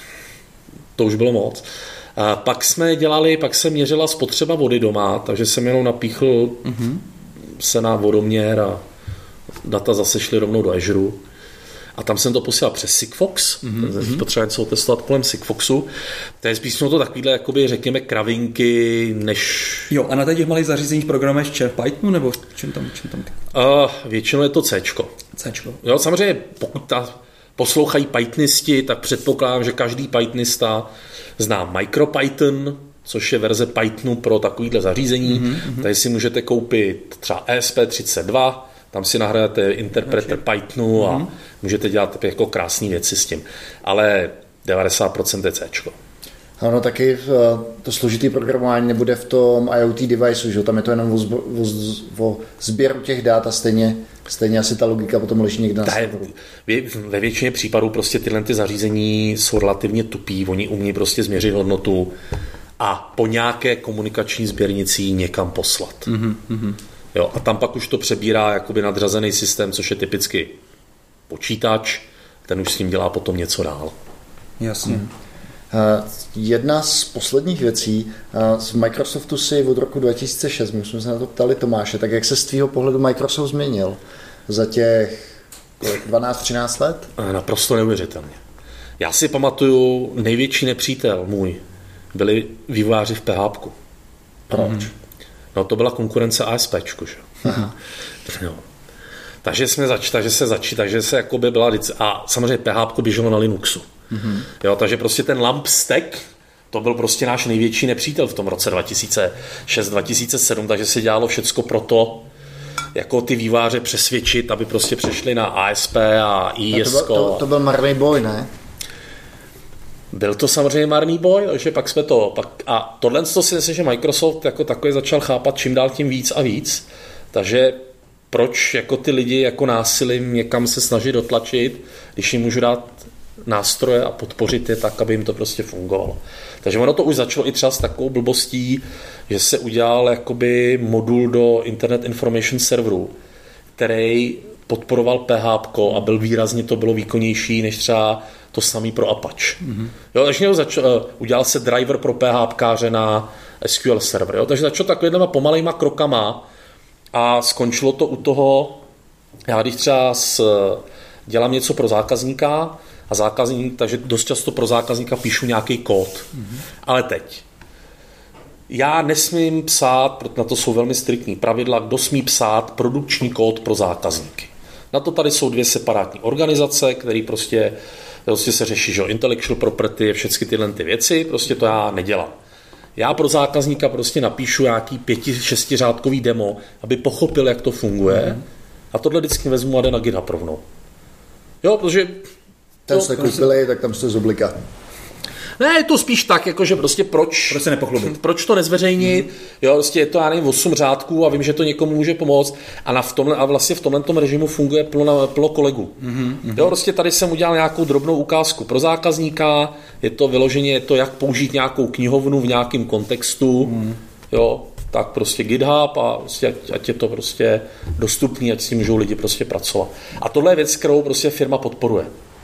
to už bylo moc. A pak jsme dělali, pak se měřila spotřeba vody doma, takže jsem jenom napíchl mm-hmm. se na vodoměr a data zase šly rovnou do Azure. A tam jsem to posílal přes Sigfox, mm-hmm. potřeba něco testovat kolem Sigfoxu. To je spíš to takovýhle, jakoby, řekněme, kravinky, než... Jo, a na těch malých zařízeních programuješ v Pythonu, nebo čím tam? Čím tam? Uh, většinou je to Cčko. Cčko. Jo, samozřejmě, pokud ta poslouchají Pythonisti, tak předpokládám, že každý Pythonista zná MicroPython, což je verze Pythonu pro takovýhle zařízení. Mm-hmm. Tady si můžete koupit třeba E S P třicet dva, tam si nahrajete interpreter Pythonu a mm-hmm. můžete dělat jako krásné věci s tím. Ale devadesát procent je Cčko. Ano, taky to složitý programování nebude v tom IoT deviceu, že tam je to jenom o, zbo, o, o sběru těch dat a stejně, stejně asi ta logika potom leží někde na serveru. Ve většině případů prostě tyhle ty zařízení jsou relativně tupí, oni umí prostě změřit hodnotu a po nějaké komunikační sběrnici někam poslat. Mm-hmm. Jo, a tam pak už to přebírá jakoby nadřazený systém, což je typicky počítač, ten už s ním dělá potom něco dál. Jasně. Mm. Jedna z posledních věcí z Microsoftu si od roku dva tisíce šest, my jsme se na to ptali Tomáše, tak jak se z tvýho pohledu Microsoft změnil za těch dvanáct třináct let? Naprosto neuvěřitelně. Já si pamatuju, největší nepřítel můj byli vývojáři v P H P ku. Proč? Mm. No to byla konkurence ASPčku, že? No. Takže jsme začali, takže se začali, takže se jakoby byla a samozřejmě P H P ku běželo na Linuxu. Mm-hmm. Jo, takže prostě ten LAMP stack, to byl prostě náš největší nepřítel v tom roce dva tisíce šest dva tisíce sedm, takže se dělalo všecko pro to, jako ty výváře přesvědčit, aby prostě přešli na A S P a I S. To, to, to byl marný boj, ne? Byl to samozřejmě marný boj, takže pak jsme to... Pak, a tohle to si myslím, že Microsoft jako takový začal chápat čím dál tím víc a víc, takže proč jako ty lidi jako násilím někam se snaží dotlačit, když jim můžu dát nástroje a podpořit je tak, aby jim to prostě fungovalo. Takže ono to už začalo i třeba s takovou blbostí, že se udělal jakoby modul do Internet Information Serveru, který podporoval P H P a byl výrazně to bylo výkonnější než třeba to samý pro Apache. Mm-hmm. Jo, takže začal, udělal se driver pro PHPkáře na S Q L server. Jo, takže začalo takovýhlema pomalejma krokama a skončilo to u toho, já když třeba s, dělám něco pro zákazníka, a zákazník, takže dost často pro zákazníka píšu nějaký kód. Mm-hmm. Ale teď. Já nesmím psát, na to jsou velmi striktní pravidla, kdo smí psát produkční kód pro zákazníky. Na to tady jsou dvě separátní organizace, které prostě, prostě se řeší, že intellectual property, všechny tyhle ty věci, prostě to já nedělám. Já pro zákazníka prostě napíšu nějaký pěti, šestiřádkový demo, aby pochopil, jak to funguje. Mm-hmm. A tohle vždycky vezmu a jde na GitHub rovnou. Jo, protože ten jste koupili, tak tam jste z oblika. Ne, je to spíš tak, jakože prostě proč... Proč se nepochlubit? Proč to nezveřejnit? Mm. Jo, prostě je to, já nevím, osm řádků a vím, že to někomu může pomoct a, na v tomhle, a vlastně v tomhle tom režimu funguje plno, plno kolegů. Mm-hmm. Jo, prostě tady jsem udělal nějakou drobnou ukázku pro zákazníka, je to vyloženě, je to, jak použít nějakou knihovnu v nějakém kontextu, mm. jo, tak prostě GitHub a prostě, ať, ať je to prostě dostupný, ať s tím můžou lidi prostě pracovat. A tohle je věc, kterou prostě firma podporuje.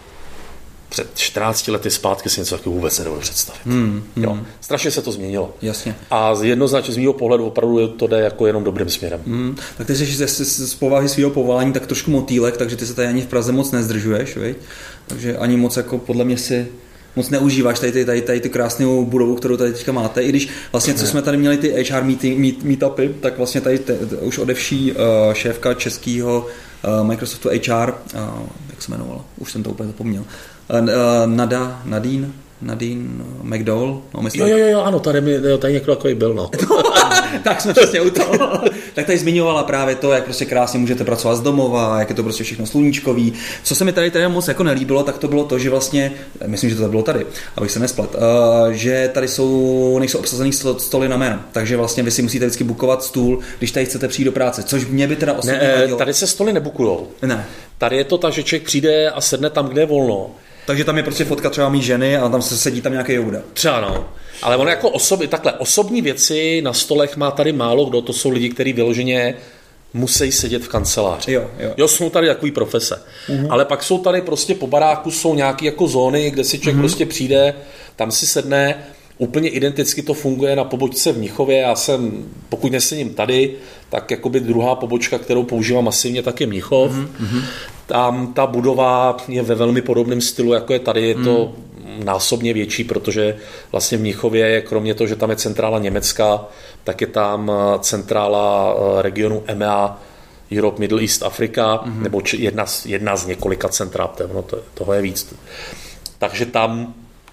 Před čtrnácti lety zpátky si něco takového vůbec nedovedu představit. Hmm, hmm. Jo. Strašně se to změnilo. Jasně. A jednoznačně z mého pohledu opravdu to jde jako jenom dobrým směrem. Hmm. Tak ty jsi z, z, z povahy svého povolání tak trošku motýlek, takže ty se tady ani v Praze moc nezdržuješ, viď? Takže ani moc jako podle mě si moc neužíváš tady ty, tady, tady ty krásnou budovu, kterou tady teďka máte. I když vlastně, co jsme tady měli ty H R meeting, meet, meetupy, tak vlastně tady te, te, už odevší uh, šéfka českého uh, Microsoftu H R, uh, jak se jmenovala, už jsem to úplně zapomněl, uh, Nada, Nadine, Nadine McDowell, no myslím. Jo, jo, jo, ano, tady, jo, tady někdo takový byl, no. Tak jsme přesně u toho. Tak tady zmiňovala právě to, jak prostě krásně můžete pracovat z domova, jak je to prostě všechno sluníčkový. Co se mi tady tady moc jako nelíbilo, tak to bylo to, že vlastně, myslím, že to bylo tady, abych se nesplet, uh, že tady jsou, nejsou obsazený stoly na jméno, takže vlastně vy si musíte vždycky bukovat stůl, když tady chcete přijít do práce, což mě by teda osobně ne, vadilo. Tady se stoly nebukujou. Ne. Tady je to tak, že člověk přijde a sedne tam, kde je volno. Takže tam je prostě fotka třeba mý ženy a tam se sedí tam nějaký jouda. Třeba no. Ale ono jako osoby, takhle osobní věci na stolech má tady málo kdo, to jsou lidi, kteří vyloženě musí sedět v kanceláři. Jo, jo. jo jsou tady takový profese. Uh-huh. Ale pak jsou tady prostě po baráku jsou nějaké jako zóny, kde si člověk uh-huh. prostě přijde, tam si sedne. Úplně identicky to funguje na pobočce v Mnichově. Já jsem, pokud nesedím tady, tak jakoby druhá pobočka, kterou používám masivně, tak je Mnichov. Mm-hmm. Tam ta budova je ve velmi podobném stylu, jako je tady. Je to mm. násobně větší, protože vlastně v Mnichově je, kromě toho, že tam je centrála Německa, tak je tam centrála regionu E M E A, Europe, Middle East, Afrika, mm-hmm. nebo jedna, jedna z několika centrál, no to, toho je víc. Takže tam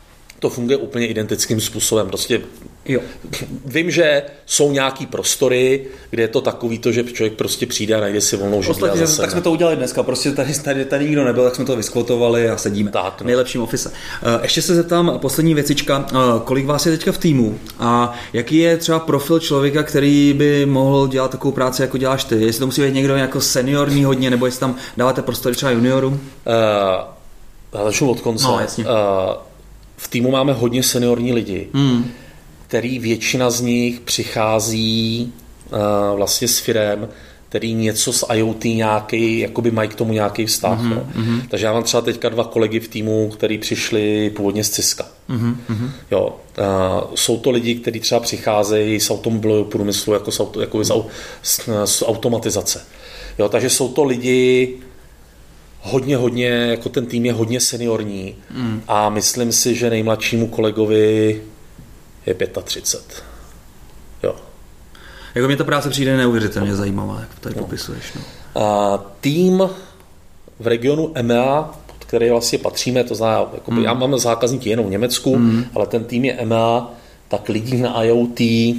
to funguje úplně identickým způsobem. Prostě jo. Vím, že jsou nějaký prostory, kde je to takový to, že člověk prostě přijde a najde si volnou židli a zase. Tak jsme to udělali dneska, prostě tady, tady, tady nikdo nebyl, tak jsme to vyskvotovali a sedíme tak, no. v nejlepším office. Ještě se zeptám, poslední věcička, kolik vás je teďka v týmu a jaký je třeba profil člověka, který by mohl dělat takovou práci, jako děláš ty? Jestli to musí být někdo jako seniorní hodně, nebo jestli tam dáváte prostory třeba juniorům? Uh, já začnu od konce. No, jasně. Uh, v týmu máme hodně seniorní lidi, hmm. který většina z nich přichází uh, vlastně s firem, který něco s IoT nějaký, jakoby mají k tomu nějaký vztah. Mm-hmm. No. Mm-hmm. Takže já mám třeba teďka dva kolegy v týmu, kteří přišli původně z Ciska. Mm-hmm. Jo. Uh, jsou to lidi, kteří třeba přicházejí z automobilového průmyslu, jako z, auto, jako z, z, z automatizace. Jo, takže jsou to lidi hodně, hodně, jako ten tým je hodně seniorní mm. a myslím si, že nejmladšímu kolegovi je třicet pět. Jo. Jako mě ta práce přijde neuvěřitelně zajímavá, jak to tady no. popisuješ. No. A tým v regionu E M E A, pod který vlastně patříme, to znamená, jakoby, mm. já mám zákazníky jenom v Německu, mm. ale ten tým je E M E A, tak lidí na IoT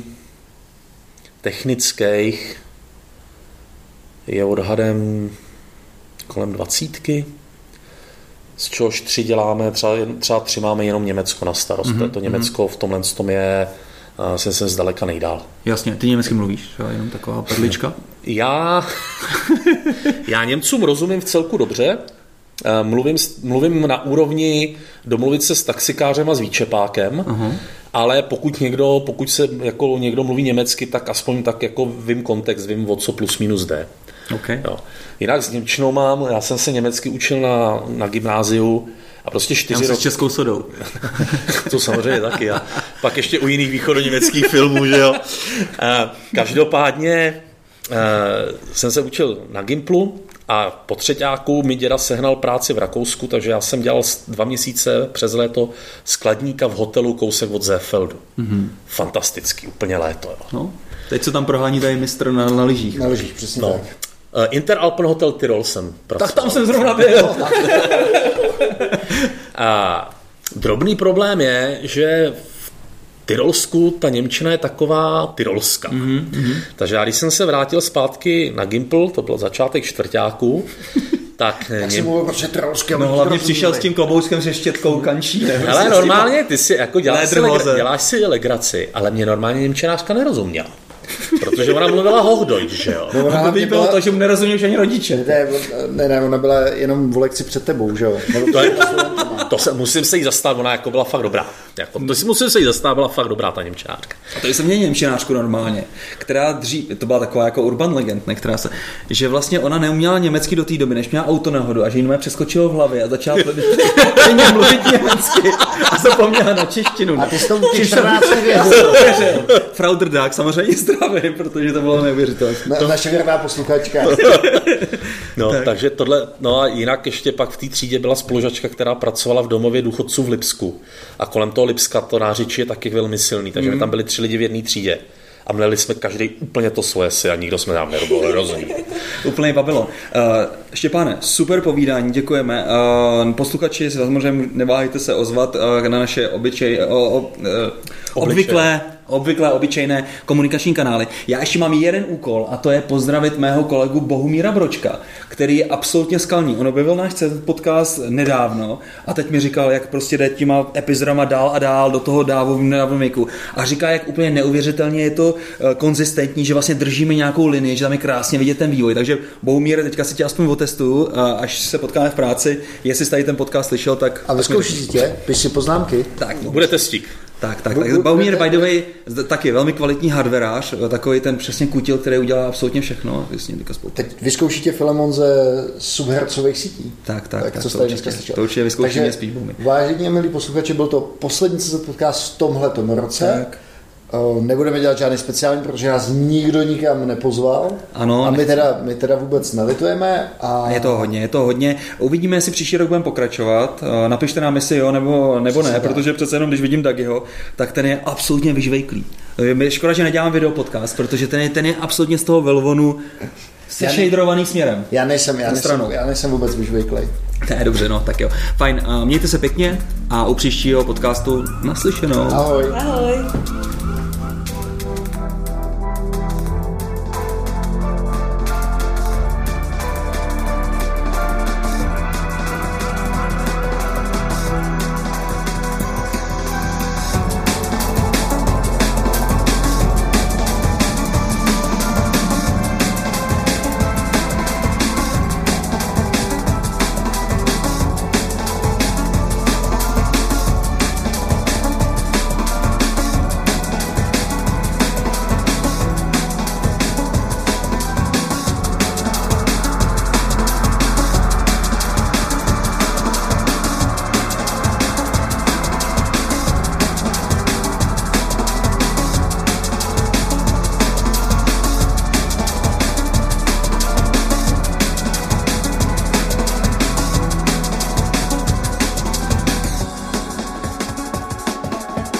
technických je odhadem kolem dvacítky, z čehož tři děláme, třeba, třeba tři máme jenom Německo na starost. Mm-hmm. To Německo v tomhle tom je uh, jsem se zdaleka nejdál. Jasně, ty německy mluvíš, jenom taková perlička? Já, já Němcům rozumím v celku dobře, uh, mluvím, mluvím na úrovni domluvit se s taxikářem a s výčepákem, uh-huh. ale pokud někdo, pokud se jako někdo mluví německy, tak aspoň tak jako vím kontext, vím o co plus minus jde. Okay. Jo. Jinak s němčinou mám, já jsem se německy učil na, na gymnáziu a prostě čtyři roky... s českou sodou. To samozřejmě taky. A pak ještě u jiných východoněmeckých filmů, že jo. A každopádně a, jsem se učil na Gimplu a po třeťáku mi děda sehnal práci v Rakousku, takže já jsem dělal dva měsíce přes léto skladníka v hotelu kousek od Seefeldu. Mm-hmm. Fantastický, úplně léto. Jo. No, teď se tam prohání tady mistr na, na lyžích. Na lyžích, přesně no. tak. Uh, Interalpen Hotel Tyrol jsem pracoval. Tak tam jsem zrovna byl. A drobný problém je, že v Tyrolsku ta němčina je taková tyrolská. Mm-hmm. Takže já, když jsem se vrátil zpátky na Gimpl, to byl začátek čtvrťáku, tak... Tak jsem mluvil, protože tyrolské... No hlavně přišel s tím klobouskem se štětkou kančí. Ale normálně ty si jako děláš si, legra, děláš si legraci, ale mě normálně němčinářka nerozuměla. Protože ona mluvila Hochdeutsch, že jo? No, ona by bylo to, že mu nerozuměl už ani rodiče. Ne, ne, ne, ona byla jenom v lekci před tebou, že jo? To, je, to se, musím se jí zastat, ona jako byla fakt dobrá. Jako, to si musím se jí zastat, byla fakt dobrá ta němčinářka. A to jsem měl němčinářku normálně, která dřív, to byla taková jako urban legend, ne, která se, že vlastně ona neuměla německy do té doby, než měla autonehodu a že jí mě přeskočilo v hlavě a začala mluvit německy a zapomněla na češtinu. A ty jsi tomu ty čtrnáct věřil. Frau Drdák samozřejmě zdravím, protože to bylo neuvěřitelné. Na, to... Naše věrná posluchačka. No, tak. takže tohle, no a jinak ještě pak v té třídě byla spolužačka, která pracovala v domově důchodců v Lipsku. A kolem toho Lipska to nářečí je taky velmi silný, takže mm. my tam byli tři lidi v jedné třídě. A měli jsme každý úplně to svoje si a nikdo jsme tam nerobil rozumí. Úplný Babylon. Uh, Štěpáne, super povídání, děkujeme. Uh, posluchači, samozřejmě neváhejte se ozvat uh, na naše obyčej, uh, uh, obvyklé, obvyklé obyčejné komunikační kanály. Já ještě mám jeden úkol a to je pozdravit mého kolegu Bohumíra Bročka, který je absolutně skalní. On objevil náš podcast nedávno a teď mi říkal, jak prostě jde těma epizodama dál a dál do toho dávu v nedávnom věku. A říká, jak úplně neuvěřitelně je to konzistentní, že vlastně držíme nějakou linii, že tam je krásně vidět ten vývoj. Takže Bohumír, teďka si tě aspoň otestuju, až se potkáme v práci, jestli jsi tady ten podcast slyšel, tak... A vyzkouší tě, piš si poznámky. Tak, no. Bude testík. Tak, tak, tak. Bohumír, by the way, taky velmi kvalitní hardwareář, takový ten přesně kutil, který udělá absolutně všechno. Teď vyzkoušíte Filemon ze subhercových sítí. Tak, tak, tak, tak co to, určitě, to určitě vyzkoušíme spíš Bohumír. Vážení milí posluchači, byl to poslední C Z podcast v tomhletom roce. Tak. Nebudeme dělat žádný speciální, protože nás nikdo nikam nepozval. Ano, a my teda, my teda vůbec nelitujeme. A... Je to hodně, je to hodně. Uvidíme, jestli příští rok budeme pokračovat. Napište nám, jestli jo nebo, nebo ne, protože přece jenom, když vidím Dagiho, tak ten je absolutně vyžvejklý. Je škoda, že nedělám video podcast, protože ten je, ten je absolutně z toho velvonu sešejderovaný směrem. Já nejsem, já nejsem, já nejsem vůbec vyžvejklej. To je dobře, no, tak jo. Fajn, mějte se pěkně a u příštího podcastu naslyšenou. Ahoj. Ahoj.